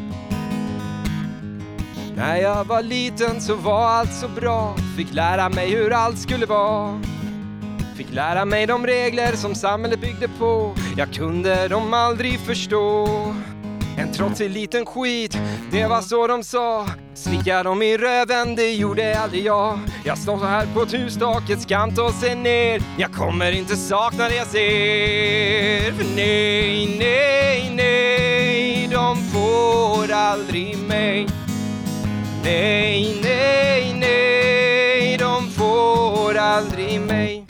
När jag var liten så var allt så bra. Fick lära mig hur allt skulle vara. Fick lära mig de regler som samhället byggde på. Jag kunde dem aldrig förstå. En trotsig liten skit, det var så de sa. Slicka dem i röven, det gjorde aldrig jag. Jag står så här på ett hustakets kant och ser ner. Jag kommer inte sakna det jag ser. För nej, nej, nej, de får aldrig mig. Nej, nej, nej, de får aldrig mig.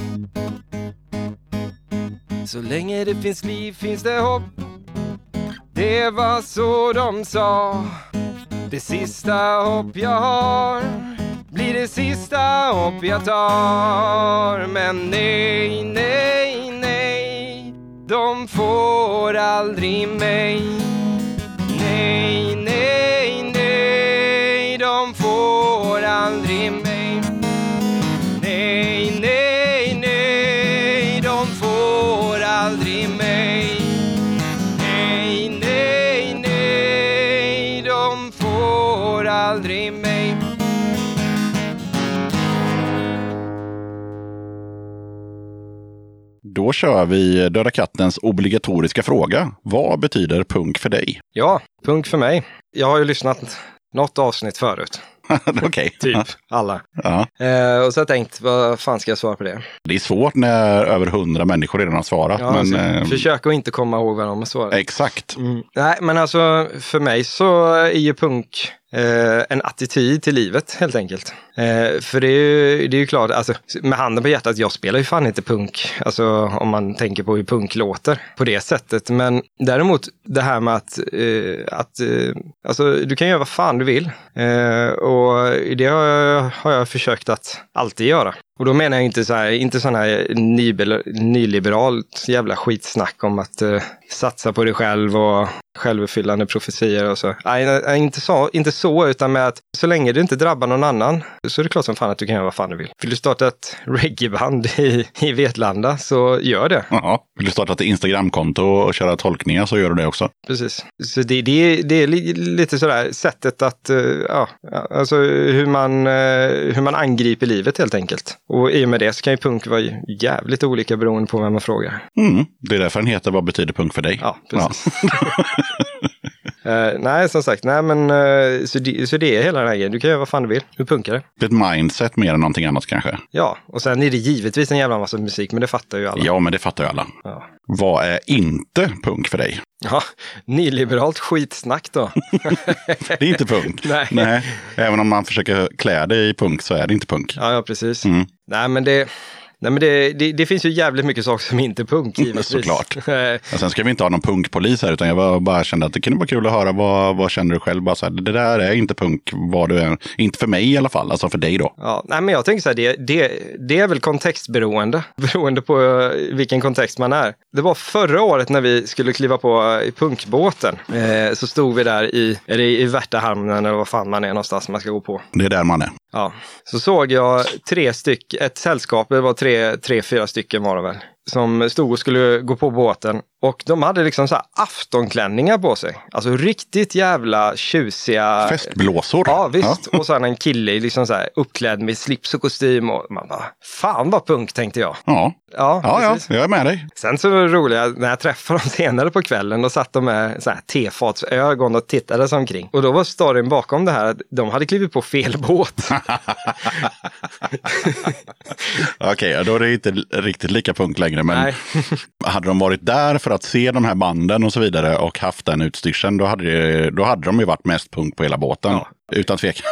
Så länge det finns liv finns det hopp. Det var så de sa. Det sista hopp jag har blir det sista hopp jag tar. Men nej, nej, nej, de får aldrig mig. Nej, nej, nej, de får aldrig mig. Nej, nej, nej, de får aldrig mig. Nej, nej, nej, de får aldrig mig. Då kör vi Döda Kattens obligatoriska fråga. Vad betyder punk för dig? Ja, punk för mig. Jag har ju lyssnat något avsnitt förut. Okej. Typ alla. Ja. Och så har jag tänkt, vad fan ska jag svara på det? Det är svårt när över 100 människor redan har svarat. Ja, men, försök att inte komma ihåg vad de har svarat. Exakt. Nej, men alltså för mig så är ju punk en attityd till livet helt enkelt. För det är ju klart, alltså, med handen på hjärtat, jag spelar ju fan inte punk. Alltså om man tänker på hur punk låter på det sättet. Men däremot det här med att alltså, du kan göra vad fan du vill. Och det har jag försökt att alltid göra. Och då menar jag inte sån här nyliberalt jävla skitsnack om att satsa på dig själv och självuppfyllande profetier och så. Nej, inte så, utan med att så länge du inte drabbar någon annan så är det klart som fan att du kan göra vad fan du vill. Vill du starta ett reggaeband i Vetlanda så gör det. Ja, vill du starta ett Instagramkonto och köra tolkningar så gör du det också. Precis. Så det är lite sådär sättet att, alltså hur man angriper livet helt enkelt. Och i och med det så kan ju punk vara jävligt olika beroende på vem man frågar. Det är därför den heter Vad betyder punk för dig? Ja, precis. Ja. Nej, som sagt, så det är hela den här grejen. Du kan göra vad fan du vill. Du punkar det. Det är ett mindset mer än någonting annat kanske. Ja, och sen är det givetvis en jävla massa musik, men det fattar ju alla. Ja, men det fattar ju alla. Ja. Vad är inte punk för dig? Ja, nyliberalt skitsnack då. Det är inte punk. Nej. Även om man försöker klä det i punk så är det inte punk. Ja, precis. Nej, men det finns ju jävligt mycket saker som inte är punk, givetvis. Såklart. Och sen ska vi inte ha någon punkpolis här, utan jag bara kände att det kunde vara kul att höra vad känner du själv? Bara så här, det där är inte punk, vad du är. Inte för mig i alla fall, alltså för dig då. Ja, nej, men jag tänker så här, det är väl kontextberoende, beroende på vilken kontext man är. Det var förra året när vi skulle kliva på i punkbåten, så stod vi där i Värtahamnen eller vad fan man är någonstans man ska gå på. Det är där man är. Ja, så såg jag ett sällskap, det var 3-4 stycken var det väl, som stod och skulle gå på båten. Och de hade liksom så här aftonklänningar på sig. Alltså riktigt jävla tjusiga... Festblåsor. Ja, visst. Ja. Och sen en kille liksom så här uppklädd med slips och kostym. Och man bara, fan vad punk, tänkte jag. Ja, jag är med dig. Sen så var det roliga, när jag träffade dem senare på kvällen, då satt de med så här tefatsögon och tittade sig omkring. Och då var storyn bakom det här att de hade klivit på fel båt. Okej, då är det inte riktigt lika punk längre. Men nej. Hade de varit där för att se de här banden och så vidare och haft den utstyrseln, då hade de ju varit mest punk på hela båten. Ja. Utan tvekan.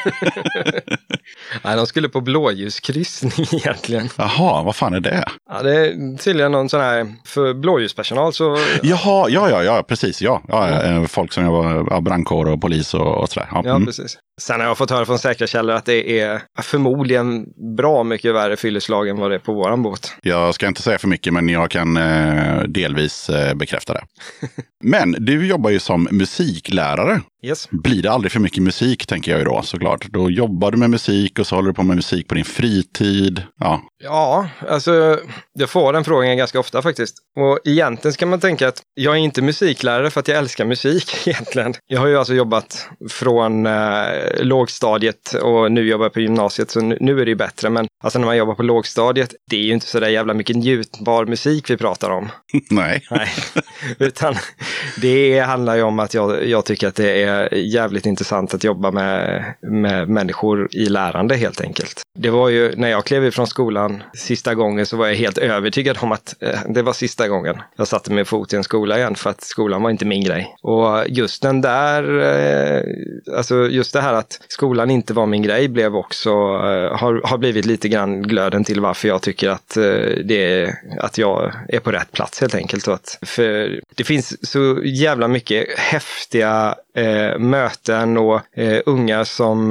Nej, de skulle på blåljuskryssning egentligen. Jaha, vad fan är det? Ja, det är tydligen någon sån här, för blåljuspersonal så... Jaha, ja, precis, ja. Folk som jobbar brandkår och polis och sådär. Ja, precis. Sen har jag fått höra från säkra källor att det är förmodligen bra mycket värre fylleslag än vad det är på våran båt. Jag ska inte säga för mycket, men jag kan delvis bekräfta det. Men du jobbar ju som musiklärare. Yes. Blir det aldrig för mycket musik, tänker jag ju då, såklart. Då jobbar du med musik och så håller du på med musik på din fritid. Ja, alltså jag får den frågan ganska ofta faktiskt. Och egentligen ska man tänka att jag är inte musiklärare för att jag älskar musik egentligen. Jag har ju alltså jobbat från lågstadiet och nu jobbar jag på gymnasiet, så nu är det ju bättre. Men alltså när man jobbar på lågstadiet, det är ju inte så där jävla mycket njutbar musik vi pratar om. Nej. Utan det handlar ju om att jag tycker att det är jävligt intressant att jobba med människor i lärande helt enkelt. Det var ju när jag klev ifrån skolan sista gången, så var jag helt övertygad om att det var sista gången jag satte mig fot i en skola igen, för att skolan var inte min grej. Och just den där, alltså just det här att skolan inte var min grej blev också, har blivit lite grann glöden till varför jag tycker att att jag är på rätt plats helt enkelt. För det finns så jävla mycket häftiga möten och unga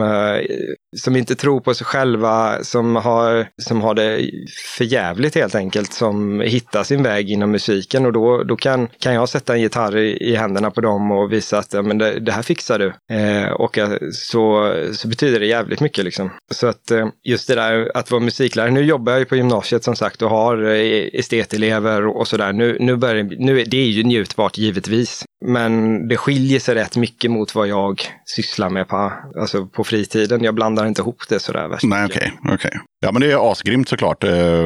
som inte tror på sig själva, som har det för jävligt helt enkelt, som hittar sin väg inom musiken, och då kan jag sätta en gitarr i händerna på dem och visa att men det här fixar du. Och så betyder det jävligt mycket liksom. Så att just det där att vara musiklärare, nu jobbar jag ju på gymnasiet som sagt och har estetelever och sådär. Nu det är ju njutbart givetvis, men det skiljer sig rätt mycket mot vad jag sysslar med på fritiden. Jag blandar inte ihop det sådär värst. Nej, okej. Ja, men det är asgrymt såklart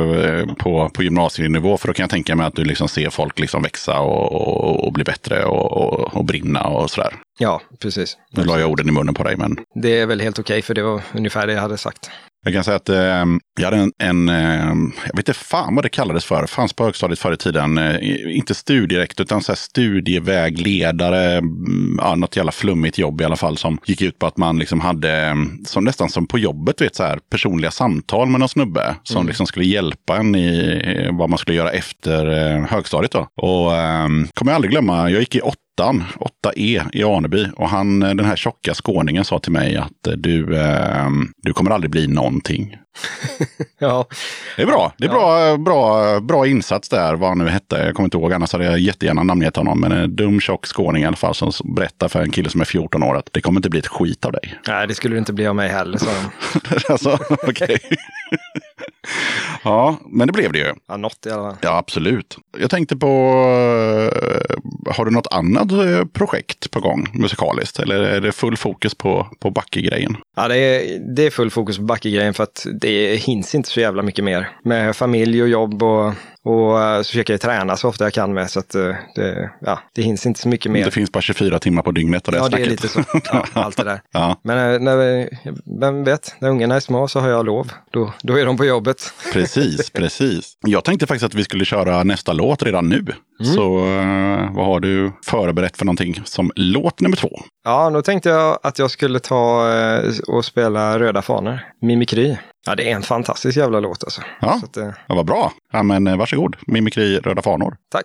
på gymnasienivå, för då kan jag tänka mig att du liksom ser folk liksom växa och bli bättre och brinna och sådär. Ja, precis. Nu la jag orden i munnen på dig, men... Det är väl helt okej, för det var ungefär det jag hade sagt. Jag kan säga att jag hade jag vet inte fan vad det kallades för. Fanns på högstadiet förr i tiden. Inte studiedirekt utan så här studievägledare. Något jävla flummigt jobb i alla fall som gick ut på att man liksom hade, som nästan som på jobbet, vet så här, personliga samtal med någon snubbe. Som liksom skulle hjälpa en i vad man skulle göra efter högstadiet då. Och kommer jag aldrig glömma, jag gick i 8E i Aneby och den här tjocka skåningen sa till mig att du kommer aldrig bli någonting. Ja. Det är bra. Det är bra insats där, vad han nu hette. Jag kommer inte ihåg, annars hade jag jättegärna namngett honom. Men en dum, tjock skåning i alla fall som berättar för en kille som är 14 år att det kommer inte bli ett skit av dig. Nej, det skulle inte bli av mig heller. Så. Alltså, okej. Ja, men det blev det ju. Ja, något i alla fall. Ja, absolut. Jag tänkte på, har du något annat projekt på gång musikaliskt? Eller är det full fokus på Backe-grejen? Ja, det är full fokus på Backe-grejen för att det hinns inte så jävla mycket mer. Med familj och jobb och så försöker jag träna så ofta jag kan med, så att det hinns inte så mycket mer. Det finns bara 24 timmar på dygnet och det snacket. Det är lite så. Ja, allt det där. Ja. Men vem vet, när ungarna är små så har jag lov. Då är de på jobbet. Precis. Jag tänkte faktiskt att vi skulle köra nästa låt redan nu. Så vad har du förberett för någonting som låt nummer 2? Ja, då tänkte jag att jag skulle ta och spela Röda fanor. Mimikry. Ja, det är en fantastisk jävla låt alltså. Ja, så att, ja vad bra. Ja, men varsågod. Mimikry, Röda fanor. Tack.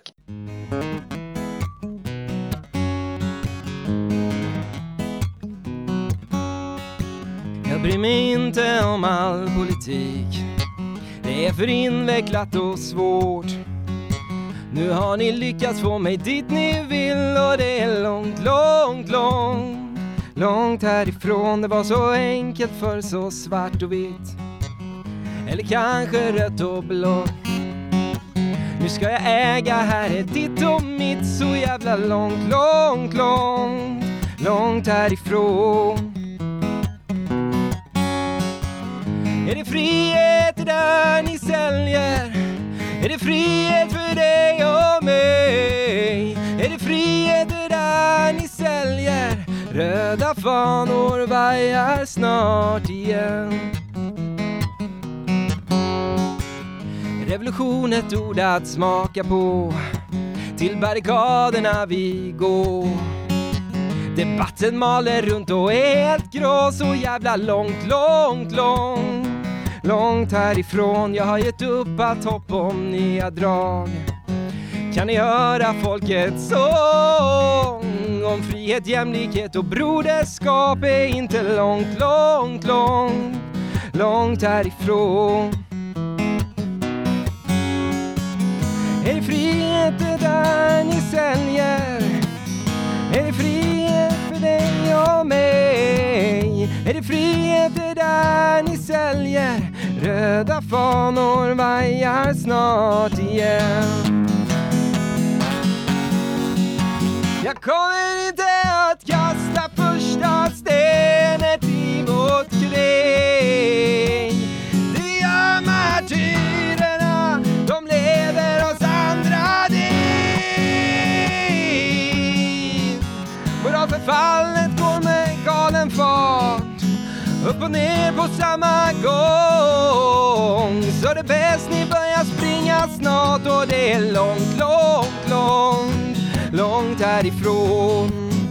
Jag bryr mig inte om all politik. Det är för invecklat och svårt. Nu har ni lyckats få mig dit ni vill, och det är långt härifrån. Det var så enkelt för så svart och vitt, eller kanske rött och blått. Nu ska jag äga, här är ditt och mitt, så jävla långt härifrån. Är det frihet det där ni säljer? Är det frihet för dig och mig? Är det frihet det där ni säljer? Röda fanor vajar snart igen. Revolution är ett ord att smaka på. Till barrikaderna vi går. Debatten maler runt och är helt grå. Så jävla långt härifrån. Jag har gett upp att hoppa om nya drag. Kan ni höra folkets sång om frihet, jämlikhet och broderskap? Är inte långt härifrån. Är det frihet det där ni säljer? Är det frihet för dig och mig? Är det frihet det där ni säljer? Röda fanor vajar snart igen. Jag kommer inte att kasta första stenet i vårt krig. Det gör martyrerna, de lever oss andra liv. Våra förfallet går med galen fart, upp och ner på samma gång. Så det är bäst ni börjar springa snart, och det är långt härifrån.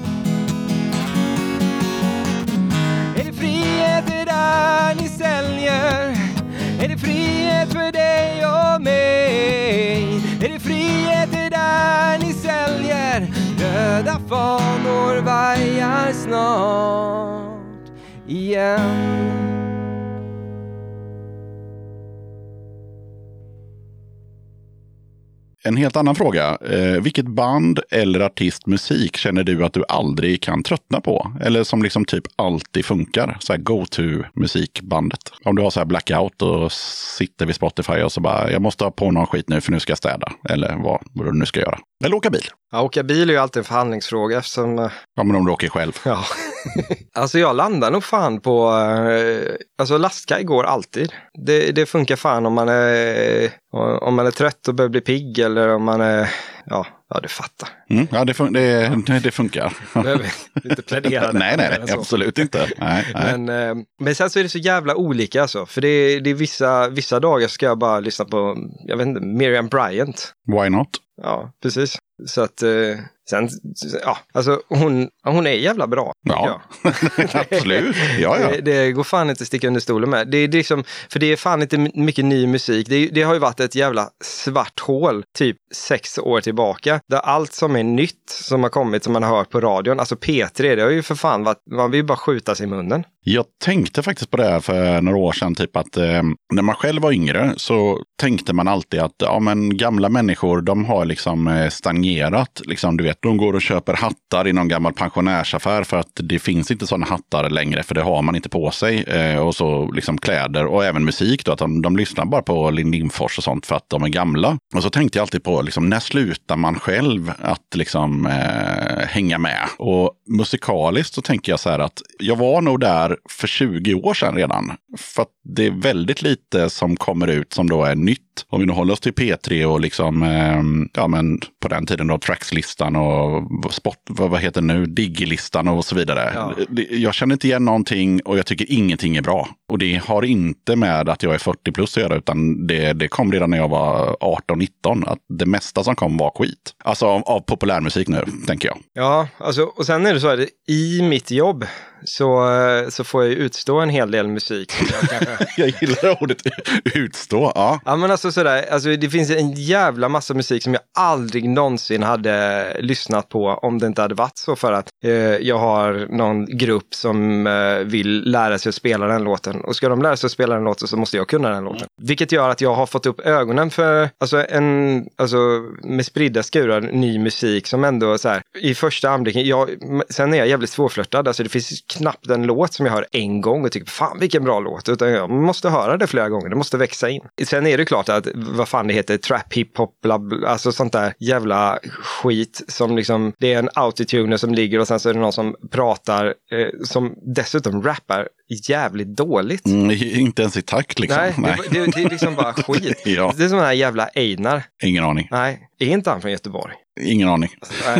Är det frihet det där ni säljer? Är det frihet för dig och mig? Är det frihet det där ni säljer? Röda fanor vajar snart igen. En helt annan fråga. Vilket band eller artistmusik känner du att du aldrig kan tröttna på? Eller som liksom typ alltid funkar? Så här go-to-musikbandet. Om du har så här blackout och sitter vid Spotify och så bara, jag måste ha på någon skit nu för nu ska jag städa. Eller vad du nu ska göra. Eller åka bil. Ja, åka bil är ju alltid en förhandlingsfråga eftersom... Ja, men om du åker själv. Ja. Alltså jag landar nog fan på... Alltså lastkaj går alltid. Det funkar fan om man är trött och börjar bli pigg, eller om man är... Ja, Ja, du fattar. Ja, det funkar. Behöver inte plädera där. Nej, absolut inte. Nej. Men sen så är det så jävla olika alltså. För det är vissa dagar ska jag bara lyssna på, jag vet inte, Miriam Bryant. Why not? Ja, precis. Så att sen, ja, alltså hon är jävla bra. Ja, absolut. Ja. Det går fan inte att sticka under stolen med. Det är liksom, för det är fan inte mycket ny musik. Det har ju varit ett jävla svart hål typ 6 år tillbaka. Där allt som är nytt som har kommit, som man har hört på radion, alltså P3, det har ju för fan varit, man vill ju bara skjuta sig i munnen. Jag tänkte faktiskt på det här för några år sedan, typ att när man själv var yngre så tänkte man alltid att men gamla människor, de har liksom stagnerat. Liksom, du vet, de går och köper hattar i någon gammal pensionärsaffär för att det finns inte sådana hattar längre, för det har man inte på sig. Och så liksom kläder och även musik då, att de lyssnar bara på Lindfors och sånt för att de är gamla. Och så tänkte jag alltid på, liksom, när slutar man själv att liksom hänga med? Och musikaliskt så tänker jag så här att jag var nog där för 20 år sedan redan. För att det är väldigt lite som kommer ut som då är nytt. Om vi nu håller oss till P3 och liksom, men på den tiden då Trackslistan och vad heter det nu, Digilistan och så vidare. Ja. Jag känner inte igen någonting och jag tycker ingenting är bra. Och det har inte med att jag är 40 plus att göra, utan det kom redan när jag var 18-19. Att det mesta som kom var skit. Alltså av populärmusik nu, tänker jag. Ja, alltså, och sen är det så att i mitt jobb så får jag utstå en hel del musik. Jag gillar ordet utstå, ja. Ja, men alltså sådär, alltså det finns en jävla massa musik som jag aldrig någonsin hade lyssnat på om det inte hade varit så för att jag har någon grupp som vill lära sig att spela den låten. Och ska de lära sig att spela den låten så måste jag kunna den låten. Vilket gör att jag har fått upp ögonen för med spridda skurar ny musik som ändå så här, i första anblicken, sen är jag jävligt svårflörtad. Alltså det finns knappt en låt som jag hör en gång och tycker, fan vilken bra låt. Utan jag måste höra det flera gånger, det måste växa in. Sen är det klart att, vad fan det heter, trap, hiphop, alltså sånt där jävla skit som liksom, det är en autotuner som ligger och sen så är det någon som pratar, som dessutom rappar jävligt dåligt. Inte ens i takt liksom. Nej. Det är liksom bara skit. Ja. Det är som den här jävla Einar. Ingen aning. Nej, är inte han från Göteborg? Ingen aning. Nej.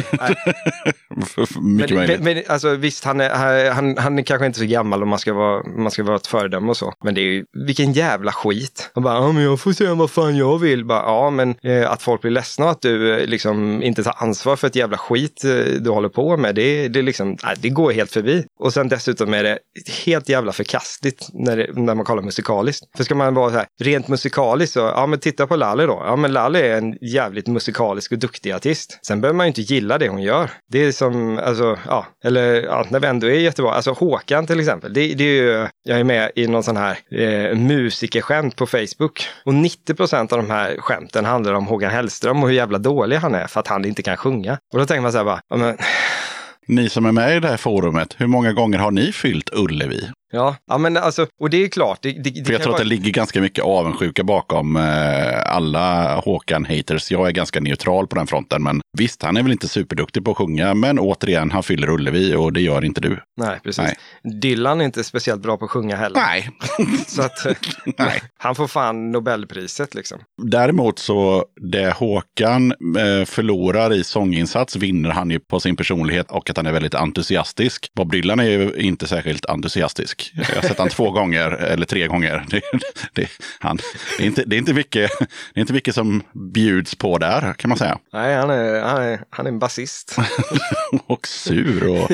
Mycket möjligt. Men alltså visst, han är kanske inte så gammal om man ska vara ett föredöme och så. Men det är ju, vilken jävla skit. Och bara, men jag får säga vad fan jag vill. Bara, ja, men att folk blir ledsna att du liksom inte tar ansvar för ett jävla skit du håller på med. Det liksom, nej, det går helt förbi. Och sen dessutom är det helt jävla förkastligt när man kollar musikaliskt. För ska man vara så här, rent musikaliskt så, ja men titta på Laleh då. Ja men Laleh är en jävligt musikalisk och duktig artist. Sen behöver man ju inte gilla det hon gör. Det är som, alltså, ja, eller ja, när vi ändå är jättebra. Alltså Håkan till exempel, det är ju, jag är med i någon sån här musikerskämt på Facebook. Och 90% av de här skämten handlar om Håkan Hellström och hur jävla dålig han är för att han inte kan sjunga. Och då tänker man så här bara, ja men... Ni som är med i det här forumet, hur många gånger har ni fyllt Ullevi? Ja, men alltså, och det är klart. För jag tror att det ligger ganska mycket avundsjuka bakom alla Håkan-haters. Jag är ganska neutral på den fronten, men visst, han är väl inte superduktig på att sjunga, men återigen, han fyller Ullevi och det gör inte du. Nej, precis. Nej. Dylan är inte speciellt bra på att sjunga heller. Nej. Så att nej. Han får fan Nobelpriset liksom. Däremot så, det Håkan förlorar i sånginsats vinner han ju på sin personlighet och att han är väldigt entusiastisk. Bob Dylan är ju inte särskilt entusiastisk. Jag har sett han 2 gånger eller 3 gånger. Det är inte mycket som bjuds på där, kan man säga. Nej, han är en basist. Och sur. Och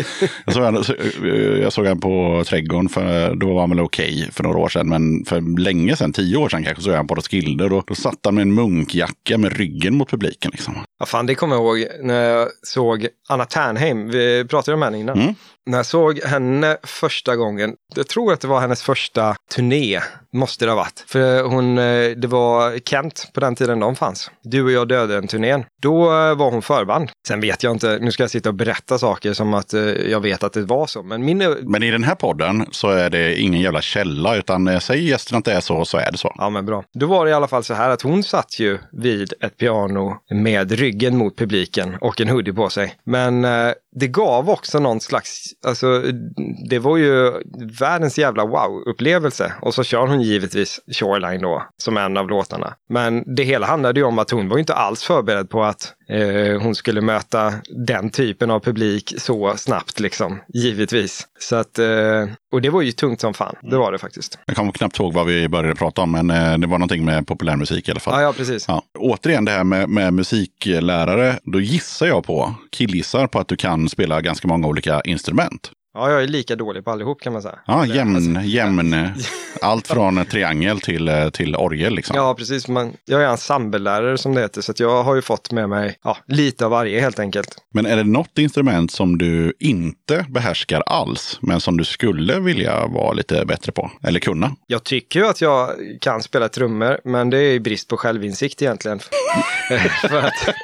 jag såg han på Trädgården, för då var han väl okej för några år sedan. Men för länge sedan, 10 år sedan kanske, såg han på Roskilde. Då satt han med en munkjacka med ryggen mot publiken. Liksom. Ja, fan, det kommer jag ihåg när jag såg Anna Ternheim. Vi pratade om henne innan. Mm. När jag såg henne första gången, jag tror att det var hennes första turné, måste det ha varit. För det var Kent på den tiden de fanns. Du och jag döde en turnén. Då var hon förband. Sen vet jag inte, nu ska jag sitta och berätta saker som att jag vet att det var så. Men i den här podden så är det ingen jävla källa, utan säger gästen att det är så är det så. Ja, men bra. Då var det i alla fall så här att hon satt ju vid ett piano med ryggen mot publiken och en hoodie på sig. Men det gav också någon slags, alltså det var ju världens jävla wow-upplevelse. Och så kör hon givetvis Shoreline då, som en av låtarna. Men det hela handlade ju om att hon var inte alls förberedd på att hon skulle möta den typen av publik så snabbt liksom, givetvis. Så att, och det var ju tungt som fan, det var det faktiskt. Jag kommer knappt ihåg vad vi började prata om, men det var någonting med populärmusik i alla fall. Ja, precis. Ja. Återigen det här med musiklärare, då killgissar på att du kan spela ganska många olika instrument. Ja, jag är lika dålig på allihop kan man säga. Ja, jämn. Allt från triangel till orgel liksom. Ja, precis. Jag är ensemblelärare som det heter, så att jag har ju fått med mig lite av varje helt enkelt. Men är det något instrument som du inte behärskar alls, men som du skulle vilja vara lite bättre på? Eller kunna? Jag tycker ju att jag kan spela trummor, men det är brist på självinsikt egentligen. För att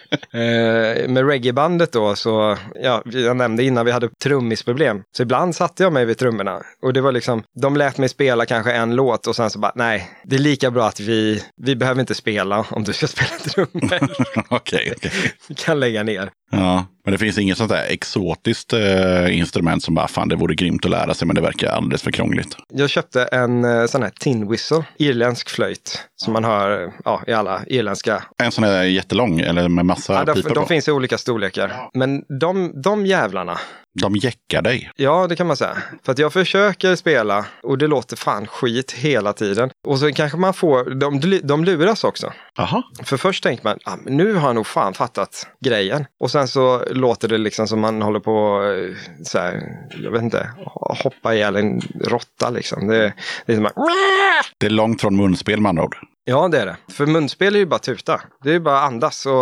med reggaebandet då, så jag nämnde innan vi hade trummisproblem. Så ibland satte jag mig vid trummorna. Och det var liksom, de lät mig spela kanske en låt och sen så bara, nej, det är lika bra att vi behöver inte spela om du ska spela trummor. Okej. Vi kan lägga ner. Ja, men det finns inget sånt där exotiskt instrument som bara, fan det vore grymt att lära sig, men det verkar alldeles för krångligt. Jag köpte en sån här tin whistle, irländsk flöjt, som man hör i alla irländska. En sån här jättelång, eller med massa pipor de finns i olika storlekar. Men de jävlarna. De jäckar dig. Ja, det kan man säga. För att jag försöker spela och det låter fan skit hela tiden. Och så kanske man får, de luras också. Aha. För först tänker man, nu har jag nog fan fattat grejen. Och sen så låter det liksom som man håller på så här, jag vet inte, hoppa ihjäl en råtta liksom. Det är som det är långt från munspel med andra ord. Ja, det är det. För munspel är ju bara tuta. Det är ju bara andas och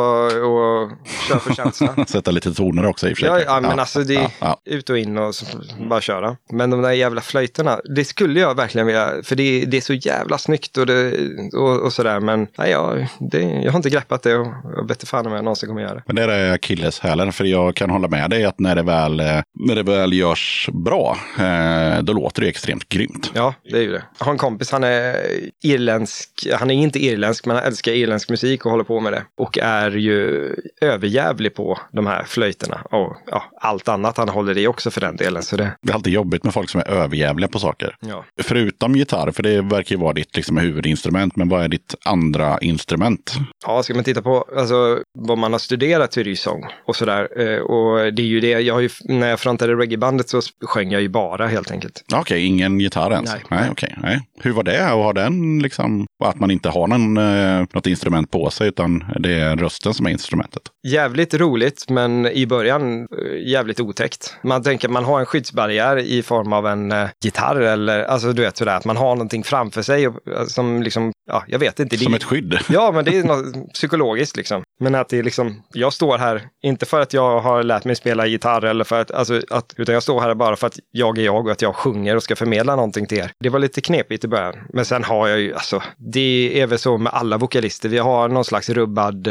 köra för känsla. Sätta lite toner också i och för sig. Ja, men alltså det är ut och in och bara köra. Men de där jävla flöjterna, det skulle jag verkligen vilja, för det är så jävla snyggt och sådär. Men nej, jag har inte greppat det och jag vet inte fan om jag någonsin kommer göra det. Men det är akilleshälen, för jag kan hålla med dig att när det väl görs bra, då låter det extremt grymt. Ja, det är ju det. Jag har en kompis, han är irländsk, han är inte irländsk, men han älskar irländsk musik och håller på med det. Och är ju överjävlig på de här flöjterna. Och allt annat han håller i också för den delen. Så det är alltid jobbigt med folk som är överjävliga på saker. Ja. Förutom gitarr, för det verkar ju vara ditt liksom huvudinstrument. Men vad är ditt andra instrument? Ja, ska man titta på vad man har studerat så är det ju sång och sådär. Och det är ju det, när jag frontade reggaebandet så sjöng jag ju bara helt enkelt. Okej, ingen gitarr ens? Nej. Hur var det att ha den liksom? Och att man inte har något instrument på sig, utan det är rösten som är instrumentet. Jävligt roligt, men i början jävligt otäckt. Man tänker att man har en skyddsbarriär i form av en gitarr eller, alltså du vet sådär, att man har någonting framför sig som liksom, jag vet inte. Som ett skydd. Ja, men det är något psykologiskt liksom. Men att det är liksom, jag står här, inte för att jag har lärt mig spela gitarr eller för att utan jag står här bara för att jag är jag och att jag sjunger och ska förmedla någonting till er. Det var lite knepigt i början. Men sen har jag ju, det är väl så med alla vokalister. Vi har någon slags rubbat,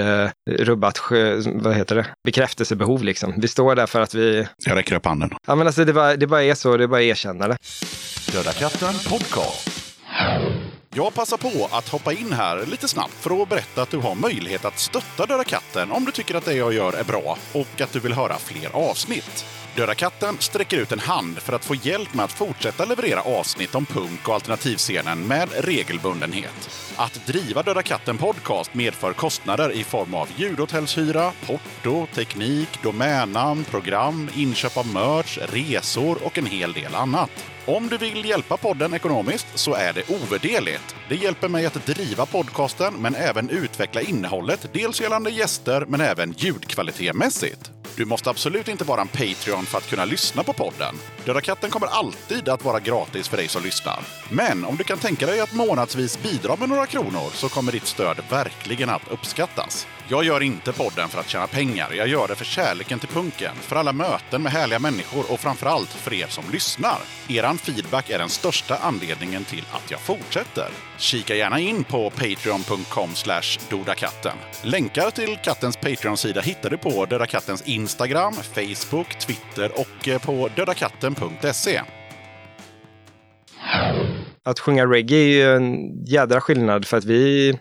vad heter det? Bekräftelsebehov liksom. Vi står där för att vi... Jag räcker upp handen. Ja, men det bara är så, det bara erkänna det. Döda katten podcast. Jag passar på att hoppa in här lite snabbt för att berätta att du har möjlighet att stötta Döda katten om du tycker att det jag gör är bra och att du vill höra fler avsnitt. Döda katten sträcker ut en hand för att få hjälp med att fortsätta leverera avsnitt om punk- och alternativscenen med regelbundenhet. Att driva Döda katten podcast medför kostnader i form av ljudhotellshyra, porto, teknik, domännamn, program, inköp av merch, resor och en hel del annat. Om du vill hjälpa podden ekonomiskt så är det ovärderligt. Det hjälper mig att driva podcasten men även utveckla innehållet, dels gällande gäster men även ljudkvalitetmässigt. Du måste absolut inte vara en Patreon för att kunna lyssna på podden. Döda katten kommer alltid att vara gratis för dig som lyssnar. Men om du kan tänka dig att månadsvis bidra med några kronor så kommer ditt stöd verkligen att uppskattas. Jag gör inte podden för att tjäna pengar. Jag gör det för kärleken till punken, för alla möten med härliga människor och framförallt för er som lyssnar. Eran feedback är den största anledningen till att jag fortsätter. Kika gärna in på patreon.com/dodakatten. Länkar till kattens Patreon-sida hittar du på Döda kattens Instagram, Facebook, Twitter och på dödakatten.se. att sjunga reggae är ju en jädra skillnad för att vi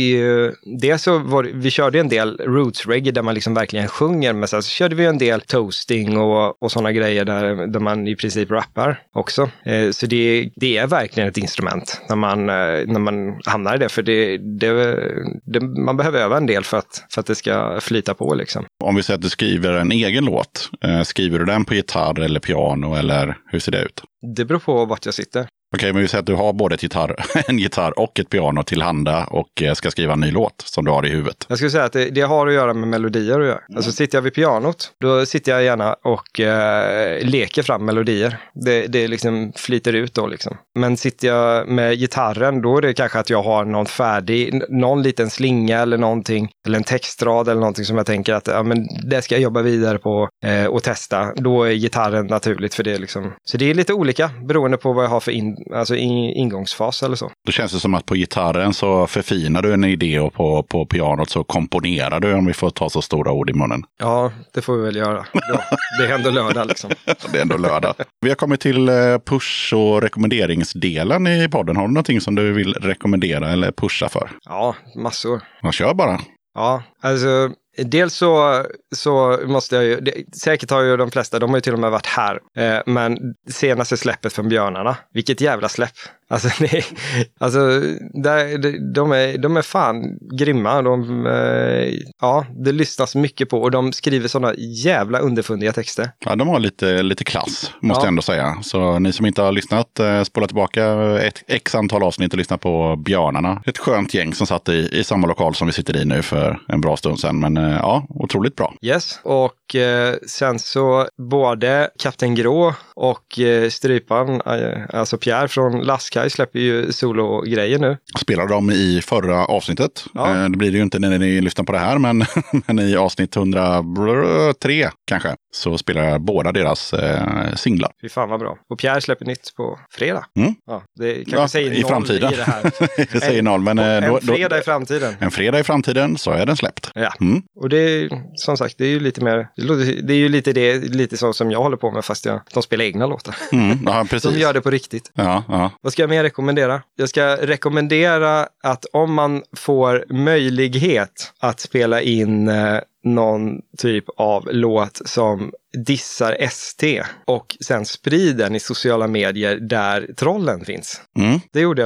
körde en del roots reggae där man liksom verkligen sjunger, men sen så körde vi en del toasting och sådana grejer där man i princip rappar också. Så det är verkligen ett instrument när man hamnar i det, för man behöver öva en del för att det ska flyta på liksom. Om vi säger att du skriver en egen låt, skriver du den på gitarr eller piano eller hur ser det ut? Det beror på vart jag sitter. Okej, men vi säger att du har både en gitarr och ett piano tillhanda och ska skriva en ny låt som du har i huvudet. Jag skulle säga att det har att göra med melodier att göra. Alltså sitter jag vid pianot, då sitter jag gärna och leker fram melodier. Det liksom flyter ut då liksom. Men sitter jag med gitarren, då är det kanske att jag har någon liten slinga eller någonting, eller en textrad eller någonting som jag tänker att men det ska jag jobba vidare på och testa. Då är gitarren naturligt för det liksom. Så det är lite olika beroende på vad jag har för ingångsfas eller så. Då känns det som att på gitarren så förfinar du en idé och på pianot så komponerar du, om vi får ta så stora ord i munnen. Ja, det får vi väl göra. Ja, det är ändå lördag liksom. Det är ändå lördag. Vi har kommit till push- och rekommenderingsdelen i podden. Har du någonting som du vill rekommendera eller pusha för? Ja, massor. Ja, kör bara. Ja, alltså dels så måste jag ju, säkert har ju de flesta, de har ju till och med varit här, men senaste släppet från Björnarna, vilket jävla släpp. Alltså, de är fan grymma. Det lyssnas mycket på och de skriver sådana jävla underfundiga texter. Ja, de har lite klass, måste jag ändå säga. Så ni som inte har lyssnat, spola tillbaka ett x antal avsnitt och lyssna på Björnarna. Ett skönt gäng som satt i samma lokal som vi sitter i nu för en bra stund sedan. Men ja, otroligt bra. Yes, och sen så både Kapten Grå och Strypan, alltså Pierre från Laskaj, släpper ju solo-grejer nu. Spelar de i förra avsnittet. Ja. Det blir det ju inte när ni lyssnar på det här, men i avsnitt 103 kanske, så spelar båda deras singlar. Fy fan vad bra. Och Pierre släpper nytt på fredag. Mm. Ja, det kanske säger i framtiden. I det här. Det säger noll, men en fredag i framtiden. En fredag i framtiden så är den släppt. Ja, och det är som sagt, det är ju lite mer, det är ju lite så som jag håller på med, fast de spelar egna låtar. Ja, precis. De gör det på riktigt. Ja. Vad ska jag mer rekommendera? Jag ska rekommendera att om man får möjlighet att spela in någon typ av låt som dissar ST och sen sprider den i sociala medier där trollen finns. Det gjorde jag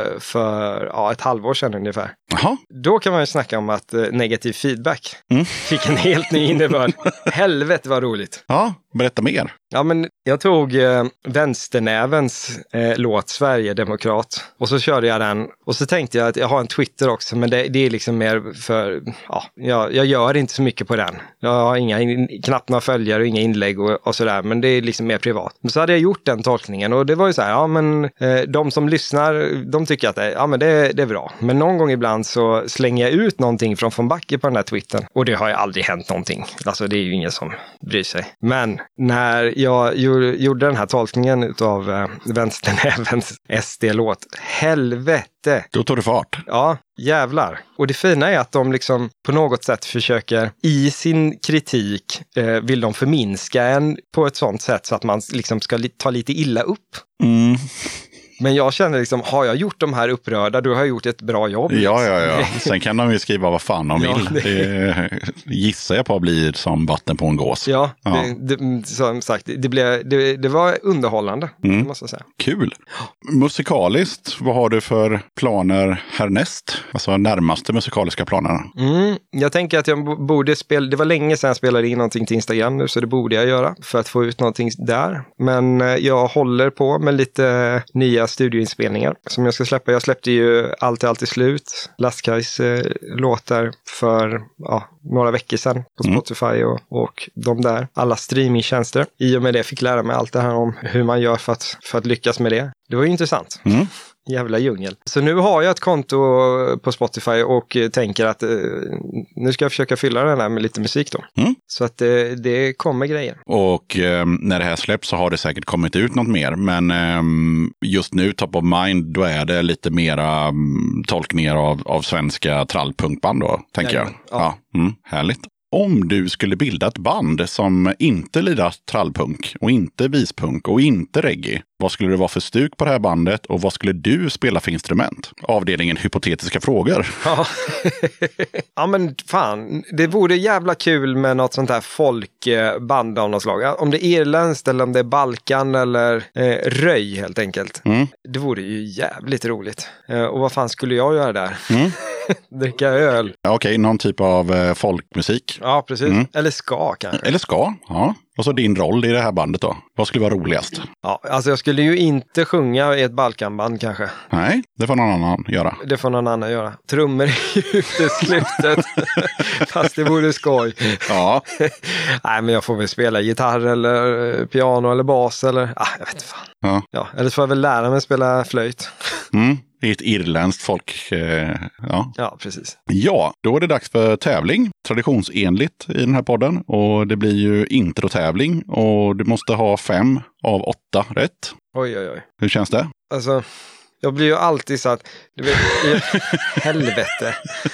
för ett halvår sedan ungefär. Jaha. Då kan man ju snacka om att negativ feedback fick en helt ny innebörd. Helvete vad roligt. Ja, berätta mer. Ja, men jag tog Vänsternävens låt Sverigedemokrat och så körde jag den och så tänkte jag att jag har en Twitter också, men det är liksom mer för, jag gör inte så mycket på den. Jag har knappt några följare och inga inlägg och sådär, men det är liksom mer privat. Men så hade jag gjort den tolkningen och det var ju så här, de som lyssnar, de tycker att det är bra. Men någon gång ibland så slänger jag ut någonting från Backe på den här Twittern och det har ju aldrig hänt någonting. Alltså det är ju ingen som bryr sig. Men när jag gjorde den här tolkningen av Vänsternävens SD-låt, helvete! Då tog det fart. Ja, jävlar. Och det fina är att de liksom på något sätt försöker i sin kritik vill de förminska en på ett sånt sätt så att man liksom ska ta lite illa upp. Men jag känner liksom, har jag gjort de här upprörda, då har jag gjort ett bra jobb. Ja. Sen kan de ju skriva vad fan de vill. Det gissar jag på blir som vatten på en gås. Ja. Som sagt, det var underhållande, måste jag säga. Kul. Musikaliskt, vad har du för planer härnäst? Alltså närmaste musikaliska planerna? Jag tänker att jag borde det var länge sedan jag spelade in någonting till Instagram nu, så det borde jag göra för att få ut någonting där. Men jag håller på med lite nya studioinspelningar som jag ska släppa. Jag släppte ju Allt slut, Laskajs låtar för några veckor sedan på Spotify och de där. Alla streamingtjänster. I och med det fick lära mig allt det här om hur man gör för att lyckas med det. Det var ju intressant. Jävla djungel. Så nu har jag ett konto på Spotify och tänker att nu ska jag försöka fylla den här med lite musik då. Så att det kommer grejer. Och när det här släpps så har det säkert kommit ut något mer. Men just nu, top of mind, då är det lite mera tolkningar av svenska trallpunkband då, tänker jag. Ja. Härligt. Om du skulle bilda ett band som inte lirar trallpunk och inte vispunk och inte reggae, Vad skulle det vara för stuk på det här bandet och vad skulle du spela för instrument? Avdelningen hypotetiska frågor. Ja. Ja, men fan. Det vore jävla kul med något sånt här folkband av något slag. Om det är irländskt eller om det är Balkan eller röj helt enkelt. Det vore ju jävligt roligt. Och vad fan skulle jag göra där? Dricka öl. Okej, någon typ av folkmusik. Ja, precis. Eller ska kanske. Eller ska, ja. Och så din roll i det här bandet då. Vad skulle vara roligast? Ja, alltså jag skulle ju inte sjunga i ett Balkanband kanske. Nej, det får någon annan göra. Det får någon annan göra. Trummor är ju uteslutet. Fast det vore skoj. Ja. Nej, men jag får väl spela gitarr eller piano eller bas eller... jag vet inte fan. Ja, eller så får jag väl lära mig spela flöjt. I ett irländskt folk. Ja, precis. Ja, då är det dags för tävling. Traditionsenligt i den här podden. Och det blir ju introtävling. Och du måste ha 5 av 8 rätt. Oj. Hur känns det? Alltså, jag blir ju alltid så att... Du vet, helvete.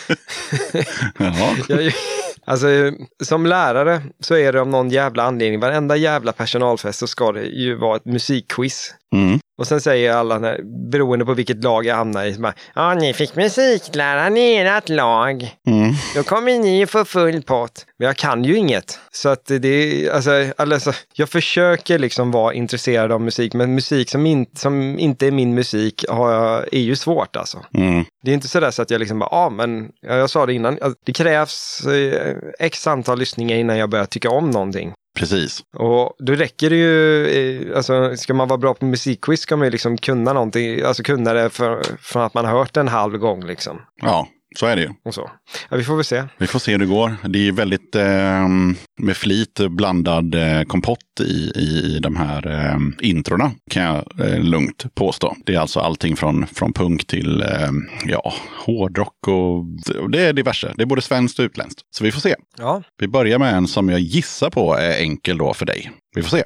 Jaha. Alltså, som lärare så är det om någon jävla anledning. Varenda jävla personalfest så ska det ju vara ett musikquiz. Och sen säger alla, beroende på vilket lag jag hamnar i, ja, ni fick musikläraren i ert lag. Då kommer ni få full pott. Men jag kan ju inget. Så att det alltså, jag försöker liksom vara intresserad av musik, men musik som inte är min musik är ju svårt alltså. Det är inte sådär så att jag liksom bara, men jag sa det innan, det krävs x antal lyssningar innan jag börjar tycka om någonting. Precis. Och då räcker det ju, alltså ska man vara bra på musikquiz ska man ju liksom kunna någonting, alltså kunna det från att man har hört en halv gång liksom. Ja, så är det ju. Och så. Ja, vi får väl se. Vi får se hur det går. Det är väldigt med flit blandad kompott i de här introna, kan jag lugnt påstå. Det är alltså allting från punk till hårdrock och det är diverse. Det är både svenskt och utländskt. Så vi får se. Ja. Vi börjar med en som jag gissar på är enkel då för dig. Vi får se.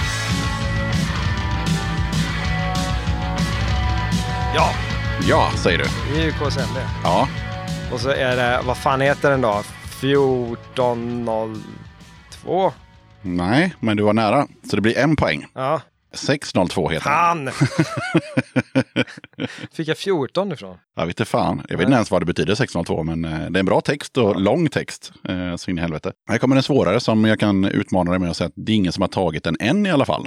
Ja. Ja, säger du. Det är ju KSM det. Ja. Och så är det, vad fan heter den då? 1402? Nej, men du var nära. Så det blir 1 poäng. Ja. 602 heter den. Fick jag 14 ifrån? Jag vet inte fan. Jag vet inte ens vad det betyder 602, men det är en bra text och lång text. Så in i helvete. Här kommer en svårare som jag kan utmana dig med och säga att det är ingen som har tagit den än i alla fall.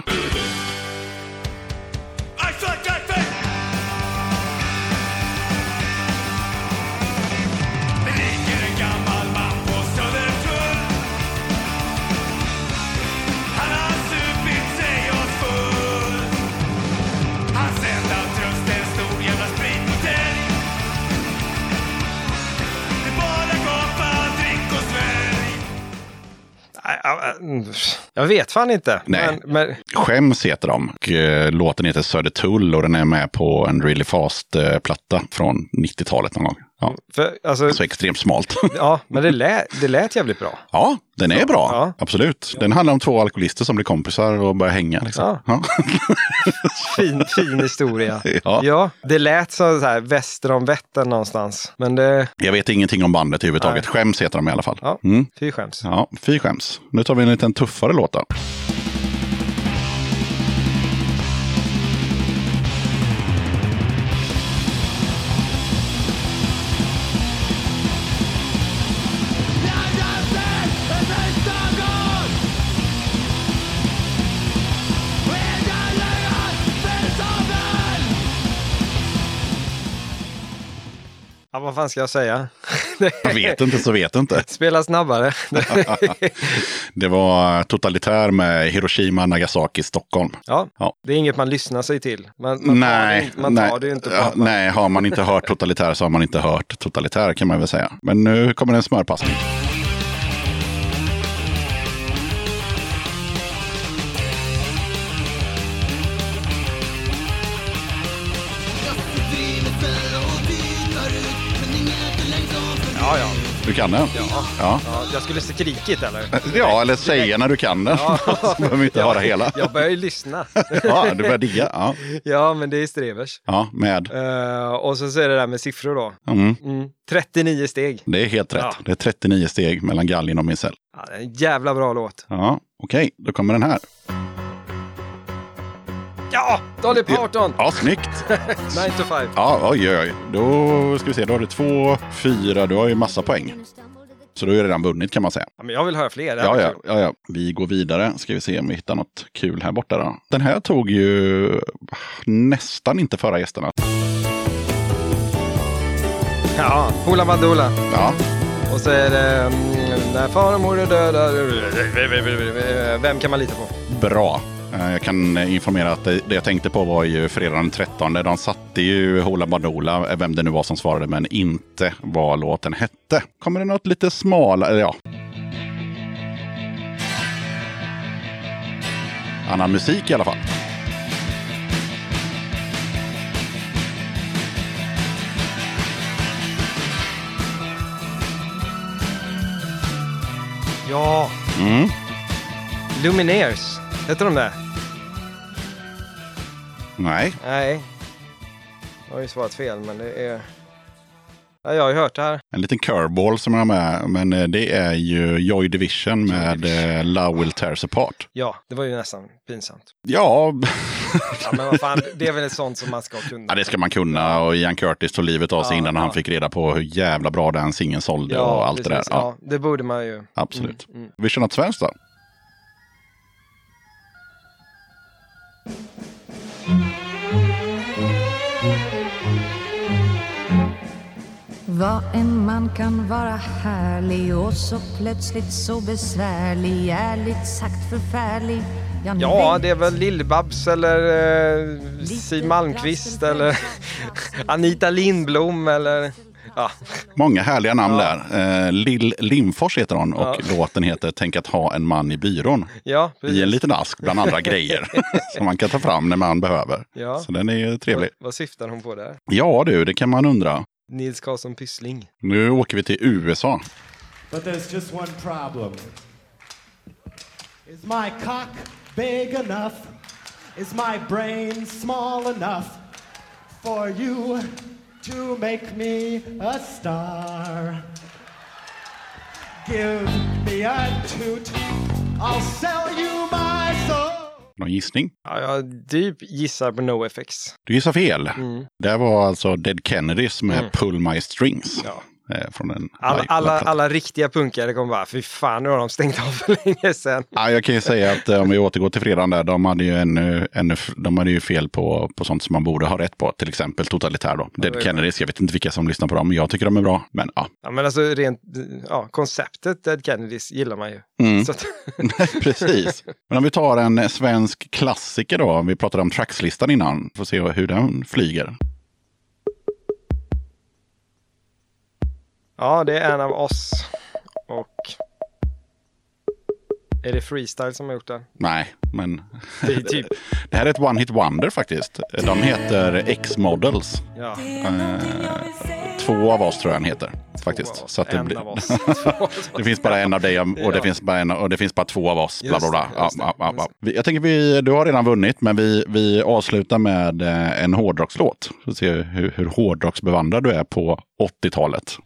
Jag vet fan inte. Nej. Men... Skäms heter de. Och, låten heter Södertull och den är med på en Really Fast-platta från 90-talet någon gång. Ja. Så extremt smalt. Ja, men det lät jävligt bra. Ja, den är bra. Ja. Absolut. Den handlar om 2 alkoholister som blir kompisar och börjar hänga. Liksom. Ja. Fin historia. Ja. Ja, det lät så här väster om Vättern någonstans. Men det... Jag vet ingenting om bandet överhuvudtaget. Nej. Skäms heter de i alla fall. Ja, fy skäms. Ja, fy skäms. Nu tar vi en liten tuffare låt då. Ja, vad fan ska jag säga? Vet inte. Spela snabbare. Det var Totalitär med Hiroshima, Nagasaki, Stockholm. Ja, det är inget man lyssnar sig till. Man tar det ju inte på. Nej, har man inte hört Totalitär så har man inte hört Totalitär kan man väl säga. Men nu kommer en smörpassning. Ja. Du kan den? Ja. Jag skulle skrikit eller? Ja, eller säga när du kan den. Så behöver vi inte höra hela. Jag börjar ju lyssna. Ja, du börjar digga. Ja. Ja, men det är Strevers. Ja, med. Och så är det där med siffror då. 39 steg. Det är helt rätt. Ja. Det är 39 steg mellan galgen och Mincell. Ja, det är en jävla bra låt. Ja, okej. Då kommer den här. Ja! Ja, Dolly Parton! Ja, snyggt. 9 to 5. Ja, oj. Då ska vi se, då har du 2, 4, du har ju massa poäng. Så då är det redan vunnit kan man säga. Ja, men jag vill höra fler. Ja. Vi går vidare. Ska vi se om vi hittar något kul här borta då. Den här tog ju nästan inte förra gästerna. Ja, Hoola Bandoola. Ja. Och så är det när far och mor är döda. Vem kan man lita på? Bra. Jag kan informera att det jag tänkte på var ju fredagen den 13. De satte ju Hoola Bandoola, vem det nu var som svarade, men inte vad låten hette. Kommer det något lite smalare? Ja. Annan musik i alla fall. Ja. Lumineers. Heter de det? Nej. Jag har ju svarat fel, men det är... Ja, jag har ju hört det här. En liten curveball som är med, men det är ju Joy Division med Love Will Tear Us Apart. Ja, det var ju nästan pinsamt. Ja. Ja, men vad fan, det är väl ett sånt som man ska kunna. Ja, det ska man kunna. Och Ian Curtis tog livet av sig innan han fick reda på hur jävla bra den singeln sålde och allt precis. det där. Ja, det borde man ju. Absolut. Vi kör något svenskt då. Vad en man kan vara härlig och så plötsligt så besvärlig, ärligt sagt förfärlig. Ja, det är väl Lill-Babs eller Siw Malmkvist eller Anita Lindblom eller... Ja. Många härliga namn där. Lill Lindfors heter hon och låten heter Tänk att ha en man i byrån. Ja, precis. I en liten ask bland andra grejer som man kan ta fram när man behöver. Ja. Så den är ju trevlig. Vad syftar hon på där? Ja du, det kan man undra. Nils Karlsson Pyssling. Nu åker vi till USA. But there's just one problem. Is my cock big enough? Is my brain small enough for you to make me a star? Give me a toot, I'll sell you my soul. Någon gissning? Ja, jag typ gissar på NoFX. Du gissar fel. Det var alltså Dead Kennedys med Pull My Strings. Ja. Från en alla riktiga punkare kommer bara, fy fan, nu har de stängt av för länge sedan. Ja, jag kan ju säga att om vi återgår till fredagen där, de hade ju fel på sånt som man borde ha rätt på. Till exempel Totalitär då. Dead Kennedys, jag vet inte vilka som lyssnar på dem, men jag tycker de är bra. Men ja. Ja, men alltså rent, konceptet Dead Kennedys gillar man ju. Så att... Precis. Men om vi tar en svensk klassiker då, vi pratade om trackslistan innan, får se hur den flyger. Ja, det är en av oss. Och är det Freestyle som har gjort den? Nej, men Det är typ... det här är ett one hit wonder faktiskt. De heter X-Models. Ja. 2 av oss tror jag den heter faktiskt. Så att en av oss. det finns bara en av dig och det finns bara 2 av oss. Bla, bla, bla. Just det. Jag tänker du har redan vunnit, men vi avslutar med en hårdrockslåt. Så se hur hårdrocksbevandrad du är på 80-talet.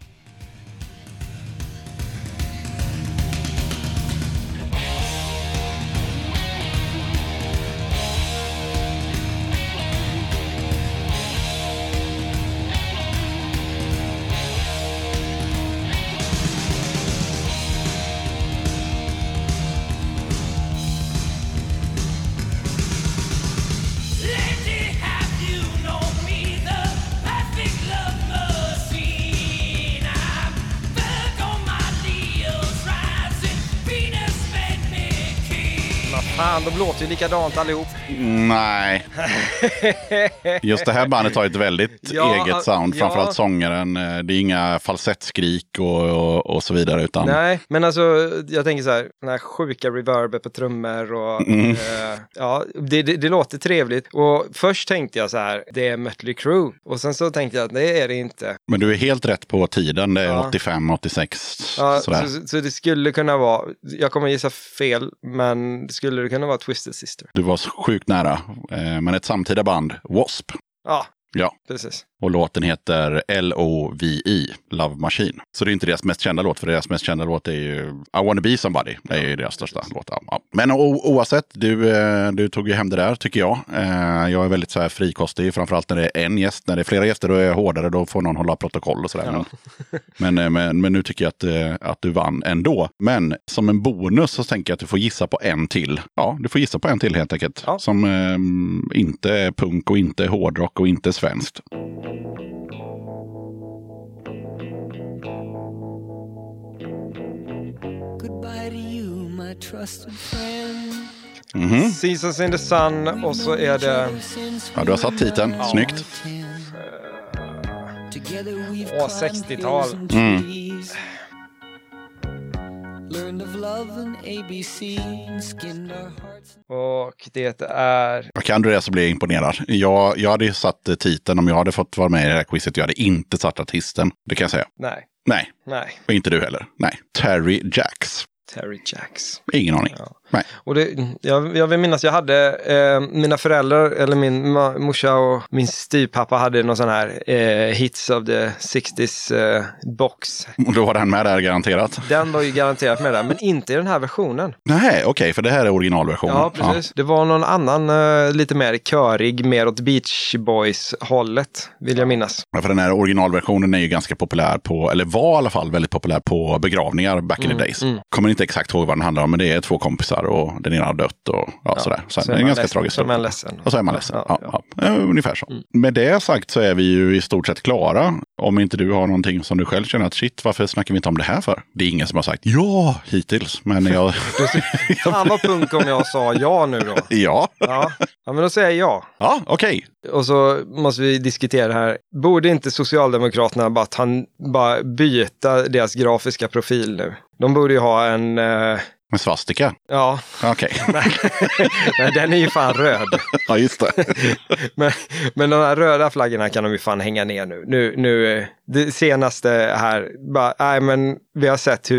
Lady, have you known me, the perfect love machine? I'm back on my heels, rising, Venus made me king. Vad fan, de låter ju likadant allihop. Nej. Just det här bandet har ett väldigt eget sound. Framförallt sångaren. Det är inga falsettskrik och så vidare. Utan... Nej, men alltså jag tänker så här, den här sjuka reverbet på trummor och det låter trevligt. Och först tänkte jag så här, det är Mötley Crüe. Och sen så tänkte jag att det är det inte. Men du är helt rätt på tiden. Det är 85, 86. Ja, sådär. så det skulle kunna vara, jag kommer gissa fel, men det skulle kunna vara Twisted Sister. Du var sjukt nära. Men ett samtida band, W.A.S.P. Ja, Ja, Precis. och låten heter L-O-V-E, Love Machine. Så det är inte deras mest kända låt, för deras mest kända låt är ju I Wanna Be Somebody. Det är ju deras största låt. Ja. Men oavsett, du tog ju hem det där, tycker jag. Jag är väldigt så här frikostig, framförallt när det är en gäst. När det är flera gäster då är jag hårdare, då får någon hålla protokoll och sådär. Ja. Men nu tycker jag att du vann ändå. Men som en bonus så tänker jag att du får gissa på en till. Ja, du får gissa på en till helt enkelt. Ja. Som inte är punk och inte är hårdrock och inte är svenskt. Goodbye to you, my trusted friend. Seasons in the Sun, och så är det... Ja, du har satt titeln. Snyggt. 60-tal. Och det är... Kan du det så blir jag imponerad. Jag hade satt titeln om jag hade fått vara med i det här quizet. Jag hade inte satt artisten. Det kan jag säga. Nej. Och inte du heller. Nej. Terry Jacks. Ingen aning. Ja. Nej. Och jag vill minnas, jag hade mina föräldrar, eller min morsa och min styvpappa hade någon sån här hits of the 60s box. Och då var den med där garanterat? Den var ju garanterat med där, men inte i den här versionen. Nej, okej, för det här är originalversionen. Ja, precis. Ja. Det var någon annan lite mer körig, mer åt Beach Boys-hållet, vill jag minnas. Ja, för den här originalversionen är ju ganska populär på, eller var i alla fall väldigt populär på begravningar back in the days. Kommer inte exakt ihåg vad den handlar om, men det är 2 kompisar och den ena har dött och sådär. Så det är ganska tragiskt. Så är man ledsen. Och så är man ledsen. Ja. Ungefär så. Med det sagt så är vi ju i stort sett klara. Om inte du har någonting som du själv känner att shit, varför snackar vi inte om det här för? Det är ingen som har sagt ja hittills, men jag... Fan vad punk om jag sa ja nu då. Ja, men då säger jag ja. Ja, okej. Och så måste vi diskutera här. Borde inte Socialdemokraterna bara byta deras grafiska profil nu? De borde ju ha en... Med svastika? Ja. Okej. Nej, den är ju fan röd. Ja, just det. men de här röda flaggorna kan de ju fan hänga ner nu. Det senaste här, men vi har sett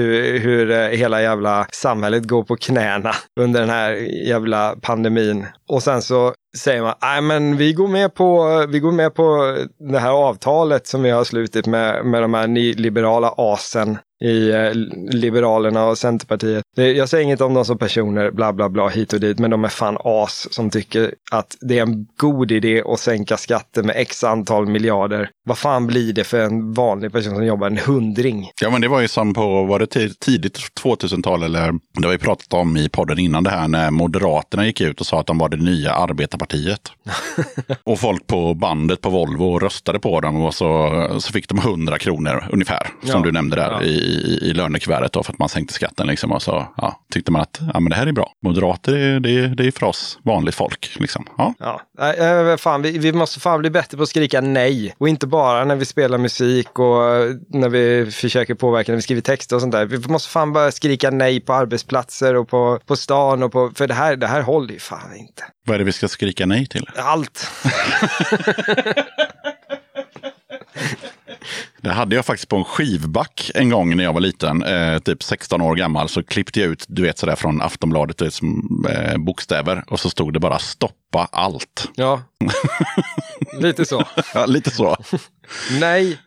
hur hela jävla samhället går på knäna under den här jävla pandemin. Och sen så säger man, men vi går med på det här avtalet som vi har slutit med de här nyliberala asen i Liberalerna och Centerpartiet. Jag säger inget om dem som personer, bla bla bla, hit och dit, men de är fan as som tycker att det är en god idé att sänka skatter med x antal miljarder. Vad fan blir det för en vanlig person som jobbar en 100? Ja, men det var ju som på, var det tidigt 2000-tal, eller det har vi pratat om i podden innan det här, när Moderaterna gick ut och sa att de var det nya arbetarpartiet. Och folk på bandet på Volvo röstade på dem, och så fick de 100 kronor ungefär, som du nämnde där i lönekuvertet då, för att man sänkte skatten liksom, och så tyckte man att men det här är bra. Moderater, det är för oss vanligt folk liksom. Fan, vi måste fan bli bättre på att skrika nej, och inte bara när vi spelar musik och när vi försöker påverka, när vi skriver texter och sånt där. Vi måste fan bara skrika nej på arbetsplatser och på stan och för det här håller ju fan inte. Vad är det vi ska skrika nej till? Allt. Det hade jag faktiskt på en skivback en gång när jag var liten, typ 16 år gammal, så klippte jag ut, du vet, sådär från Aftonbladet som bokstäver, och så stod det bara stoppa allt. Ja, lite så. Ja, lite så. Nej.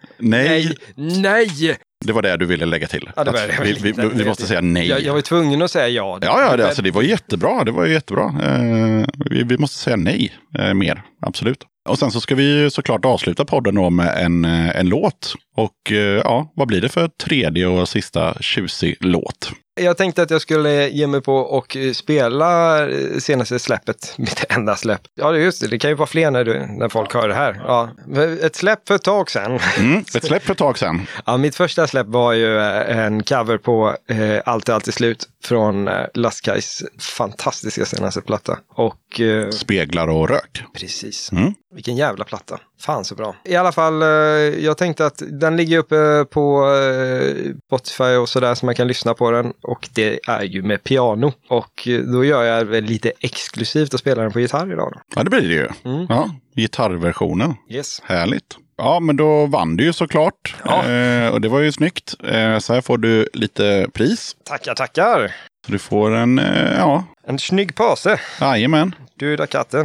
Det var det du ville lägga till. Ja, det var det. Vi måste säga nej. Jag var tvungen att säga ja. Det var jättebra. Det var jättebra. Vi måste säga nej mer, absolut. Och sen så ska vi såklart avsluta podden då med en låt. Och vad blir det för tredje och sista tjusig låt? Jag tänkte att jag skulle ge mig på och spela senaste släppet, mitt enda släpp. Ja, det är just det. Det kan ju vara fler när folk hör det här. Ja, ett släpp för ett tag sedan. Ett släpp för ett tag sedan. Ja, mitt första släpp var ju en cover på Allt är alltid slut från Laskajs fantastiska senaste platta. Och Speglar och rök. Precis. Vilken jävla platta. Fan så bra. I alla fall, jag tänkte att den ligger uppe på Spotify och sådär, så man kan lyssna på den. Och det är ju med piano. Och då gör jag väl lite exklusivt att spela den på gitarr idag då. Ja, det blir det ju. Ja, gitarrversionen. Yes. Härligt. Ja, men då vann du ju såklart. Ja. Och det var ju snyggt. Så här får du lite pris. Tackar. Så du får en snygg påse. Jajamän. Du är katten.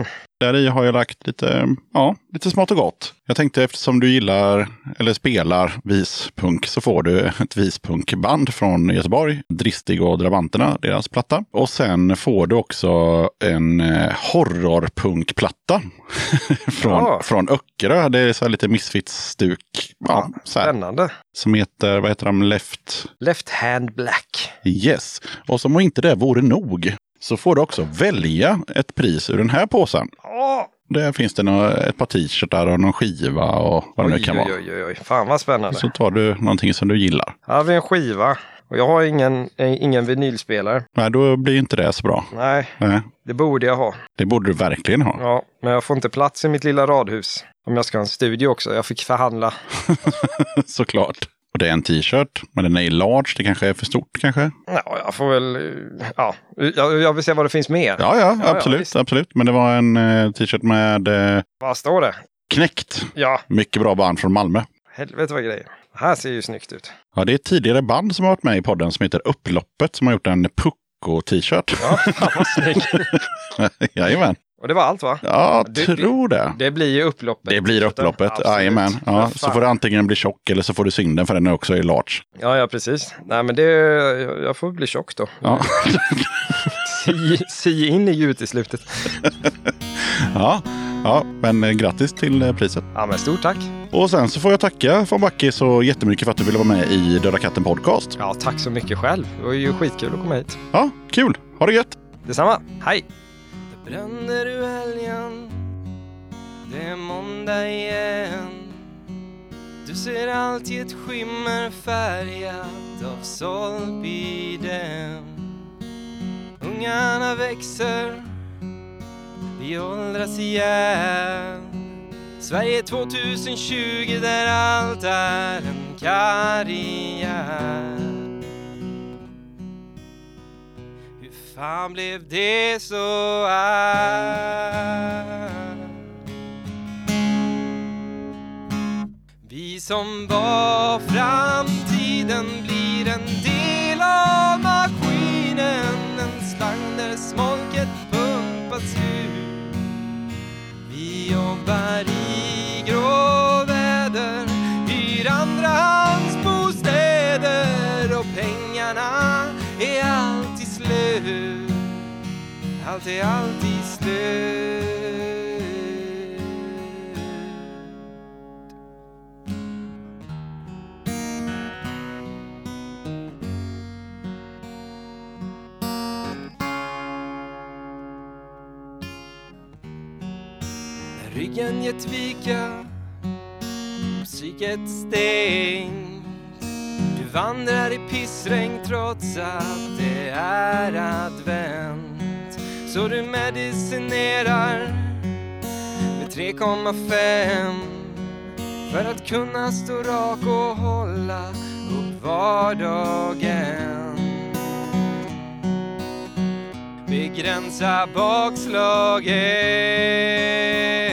där i har jag lagt lite smått och gott. Jag tänkte eftersom du gillar eller spelar vispunk så får du ett vispunkband från Göteborg. Dristig och Drabanterna, deras platta. Och sen får du också en horrorpunkplatta från Öckerö. Det är så här lite Misfits-stuk. Ja, spännande. Som heter, vad heter de? Left Hand Black. Yes. Och som om inte det vore nog så får du också välja ett pris ur den här påsen. Där finns det ett par t-shirtar och någon skiva och vad det nu kan vara. Oj. Fan vad spännande. Så tar du någonting som du gillar. Här har vi en skiva. Och jag har ingen vinylspelare. Nej, då blir inte det så bra. Nej, det borde jag ha. Det borde du verkligen ha. Ja, men jag får inte plats i mitt lilla radhus. Om jag ska ha en studio också. Jag fick förhandla. Såklart. Och det är en t-shirt, men den är i large. Det kanske är för stort kanske? Ja, jag får väl... Ja, jag vill se vad det finns mer. Ja, absolut. Men det var en t-shirt med... Vad står det? Knäckt. Ja. Mycket bra band från Malmö. Helvete vad grejer. Det här ser ju snyggt ut. Ja, det är ett tidigare band som har varit med i podden som heter Upploppet som har gjort en Pucko-t-shirt. Ja, fan vad snyggt. Jajamän. Och det var allt va? Ja, tror det. Det blir ju Upploppet. Det blir Upploppet, jajamän. Ja, så får du antingen bli tjock eller så får du synden för den är också i large. Ja, precis. Nej, men jag får bli tjock då. Ja. Sy in i ljudet i slutet. Ja, men grattis till priset. Ja, men stort tack. Och sen så får jag tacka von Backe så jättemycket för att du ville vara med i Döda katten podcast. Ja, tack så mycket själv. Det var ju skitkul att komma hit. Ja, kul. Ha det gött. Detsamma. Hej. Det bränner ur helgen. Det är måndag igen. Du ser alltid ett skimmer färgat av solpidem. Ungarna växer. Vi åldras igen. Sverige 2020 där allt är en karriär. Hur fan blev det så här? Vi som var framtiden blir en del av maskinen. En slang där smolket pumpas ut. Vi jobbar i gråväder, hyr andrahandsbostäder och pengarna är alltid slut. Allt är alltid slut. Ryggen gett vika, psyket stängt. Du vandrar i pissregn trots att det är advent. Så du medicinerar med 3,5 för att kunna stå rak och hålla upp vardagen. Begränsa bakslagen.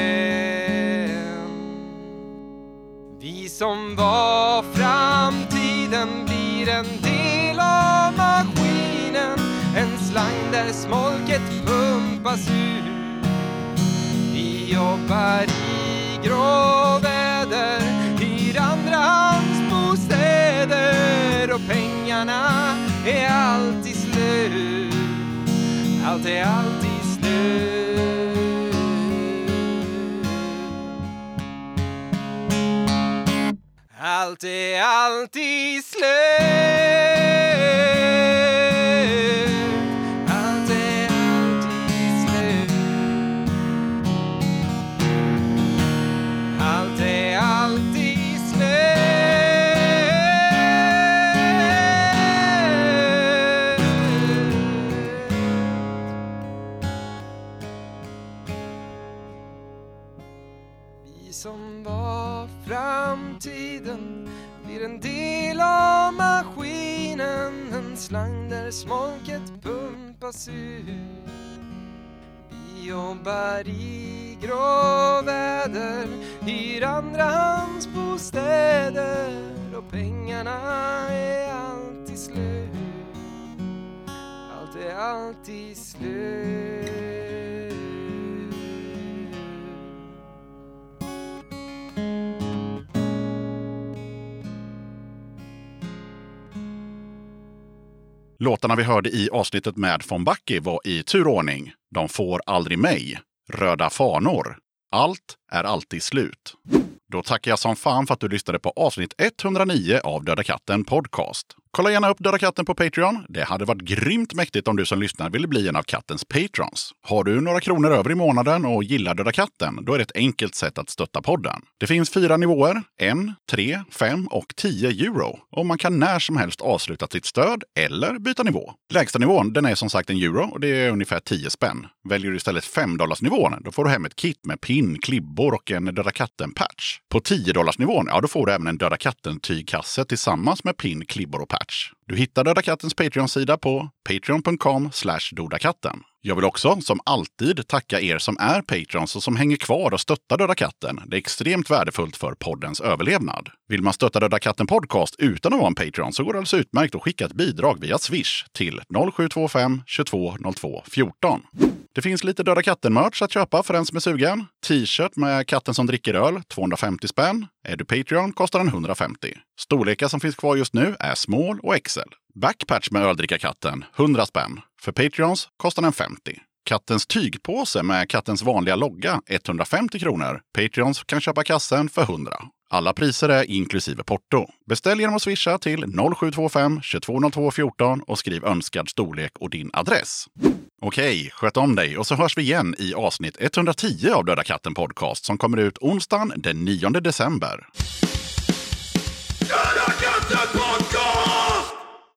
Vi som var framtiden blir en del av maskinen. En slang där smolket pumpas ut. Vi jobbar i gråväder, hyr andrahandsbostäder och pengarna är alltid slut. Allt är alltid slut. Allt är alltid slut. Allt är alltid slut. Allt är alltid slut. Som var framtiden blir en del av maskinen. En slang där smolket pumpas ut. Vi jobbar i gråväder, hyr andrahandsbostäder och pengarna är alltid slut. Allt är alltid slut. Låtarna vi hörde i avsnittet med von Backe var i turordning De får aldrig mig, Röda fanor, Allt är alltid slut. Då tackar jag som fan för att du lyssnade på avsnitt 109 av Döda katten podcast. Kolla gärna upp Döda katten på Patreon. Det hade varit grymt mäktigt om du som lyssnar ville bli en av kattens patrons. Har du några kronor över i månaden och gillar Döda katten, då är det ett enkelt sätt att stötta podden. Det finns 4 nivåer, 1, 3, 5 och 10 euro. Och man kan när som helst avsluta sitt stöd eller byta nivå. Lägsta nivån, den är som sagt en euro och det är ungefär 10 spänn. Väljer du istället $5-nivån, då får du hem ett kit med pin, klibbor och en Döda katten-patch. På $10-nivån, ja då får du även en Döda katten-tygkasse tillsammans med pin, klibbor och patch. Du hittar Döda kattens Patreon-sida på patreon.com/dodakatten. Jag vill också, som alltid, tacka er som är Patrons och som hänger kvar och stöttar Döda katten. Det är extremt värdefullt för poddens överlevnad. Vill man stötta Döda katten podcast utan att vara en Patreon så går det alltså utmärkt att skicka ett bidrag via Swish till 0725 22 02 14. Det finns lite Döda katten-merch att köpa för den som är sugen. T-shirt med katten som dricker öl, 250 spänn. Är du Patreon kostar den 150. Storlekar som finns kvar just nu är small och XL. Backpatch med öldrickarkatten, 100 spänn. För Patreons kostar den 50. Kattens tygpåse med kattens vanliga logga, 150 kronor. Patreons kan köpa kassen för 100. Alla priser är inklusive porto. Beställ genom att swisha till 0725 22 02 14 och skriv önskad storlek och din adress. Okej, sköt om dig och så hörs vi igen i avsnitt 110 av Döda katten podcast som kommer ut onsdagen den 9 december.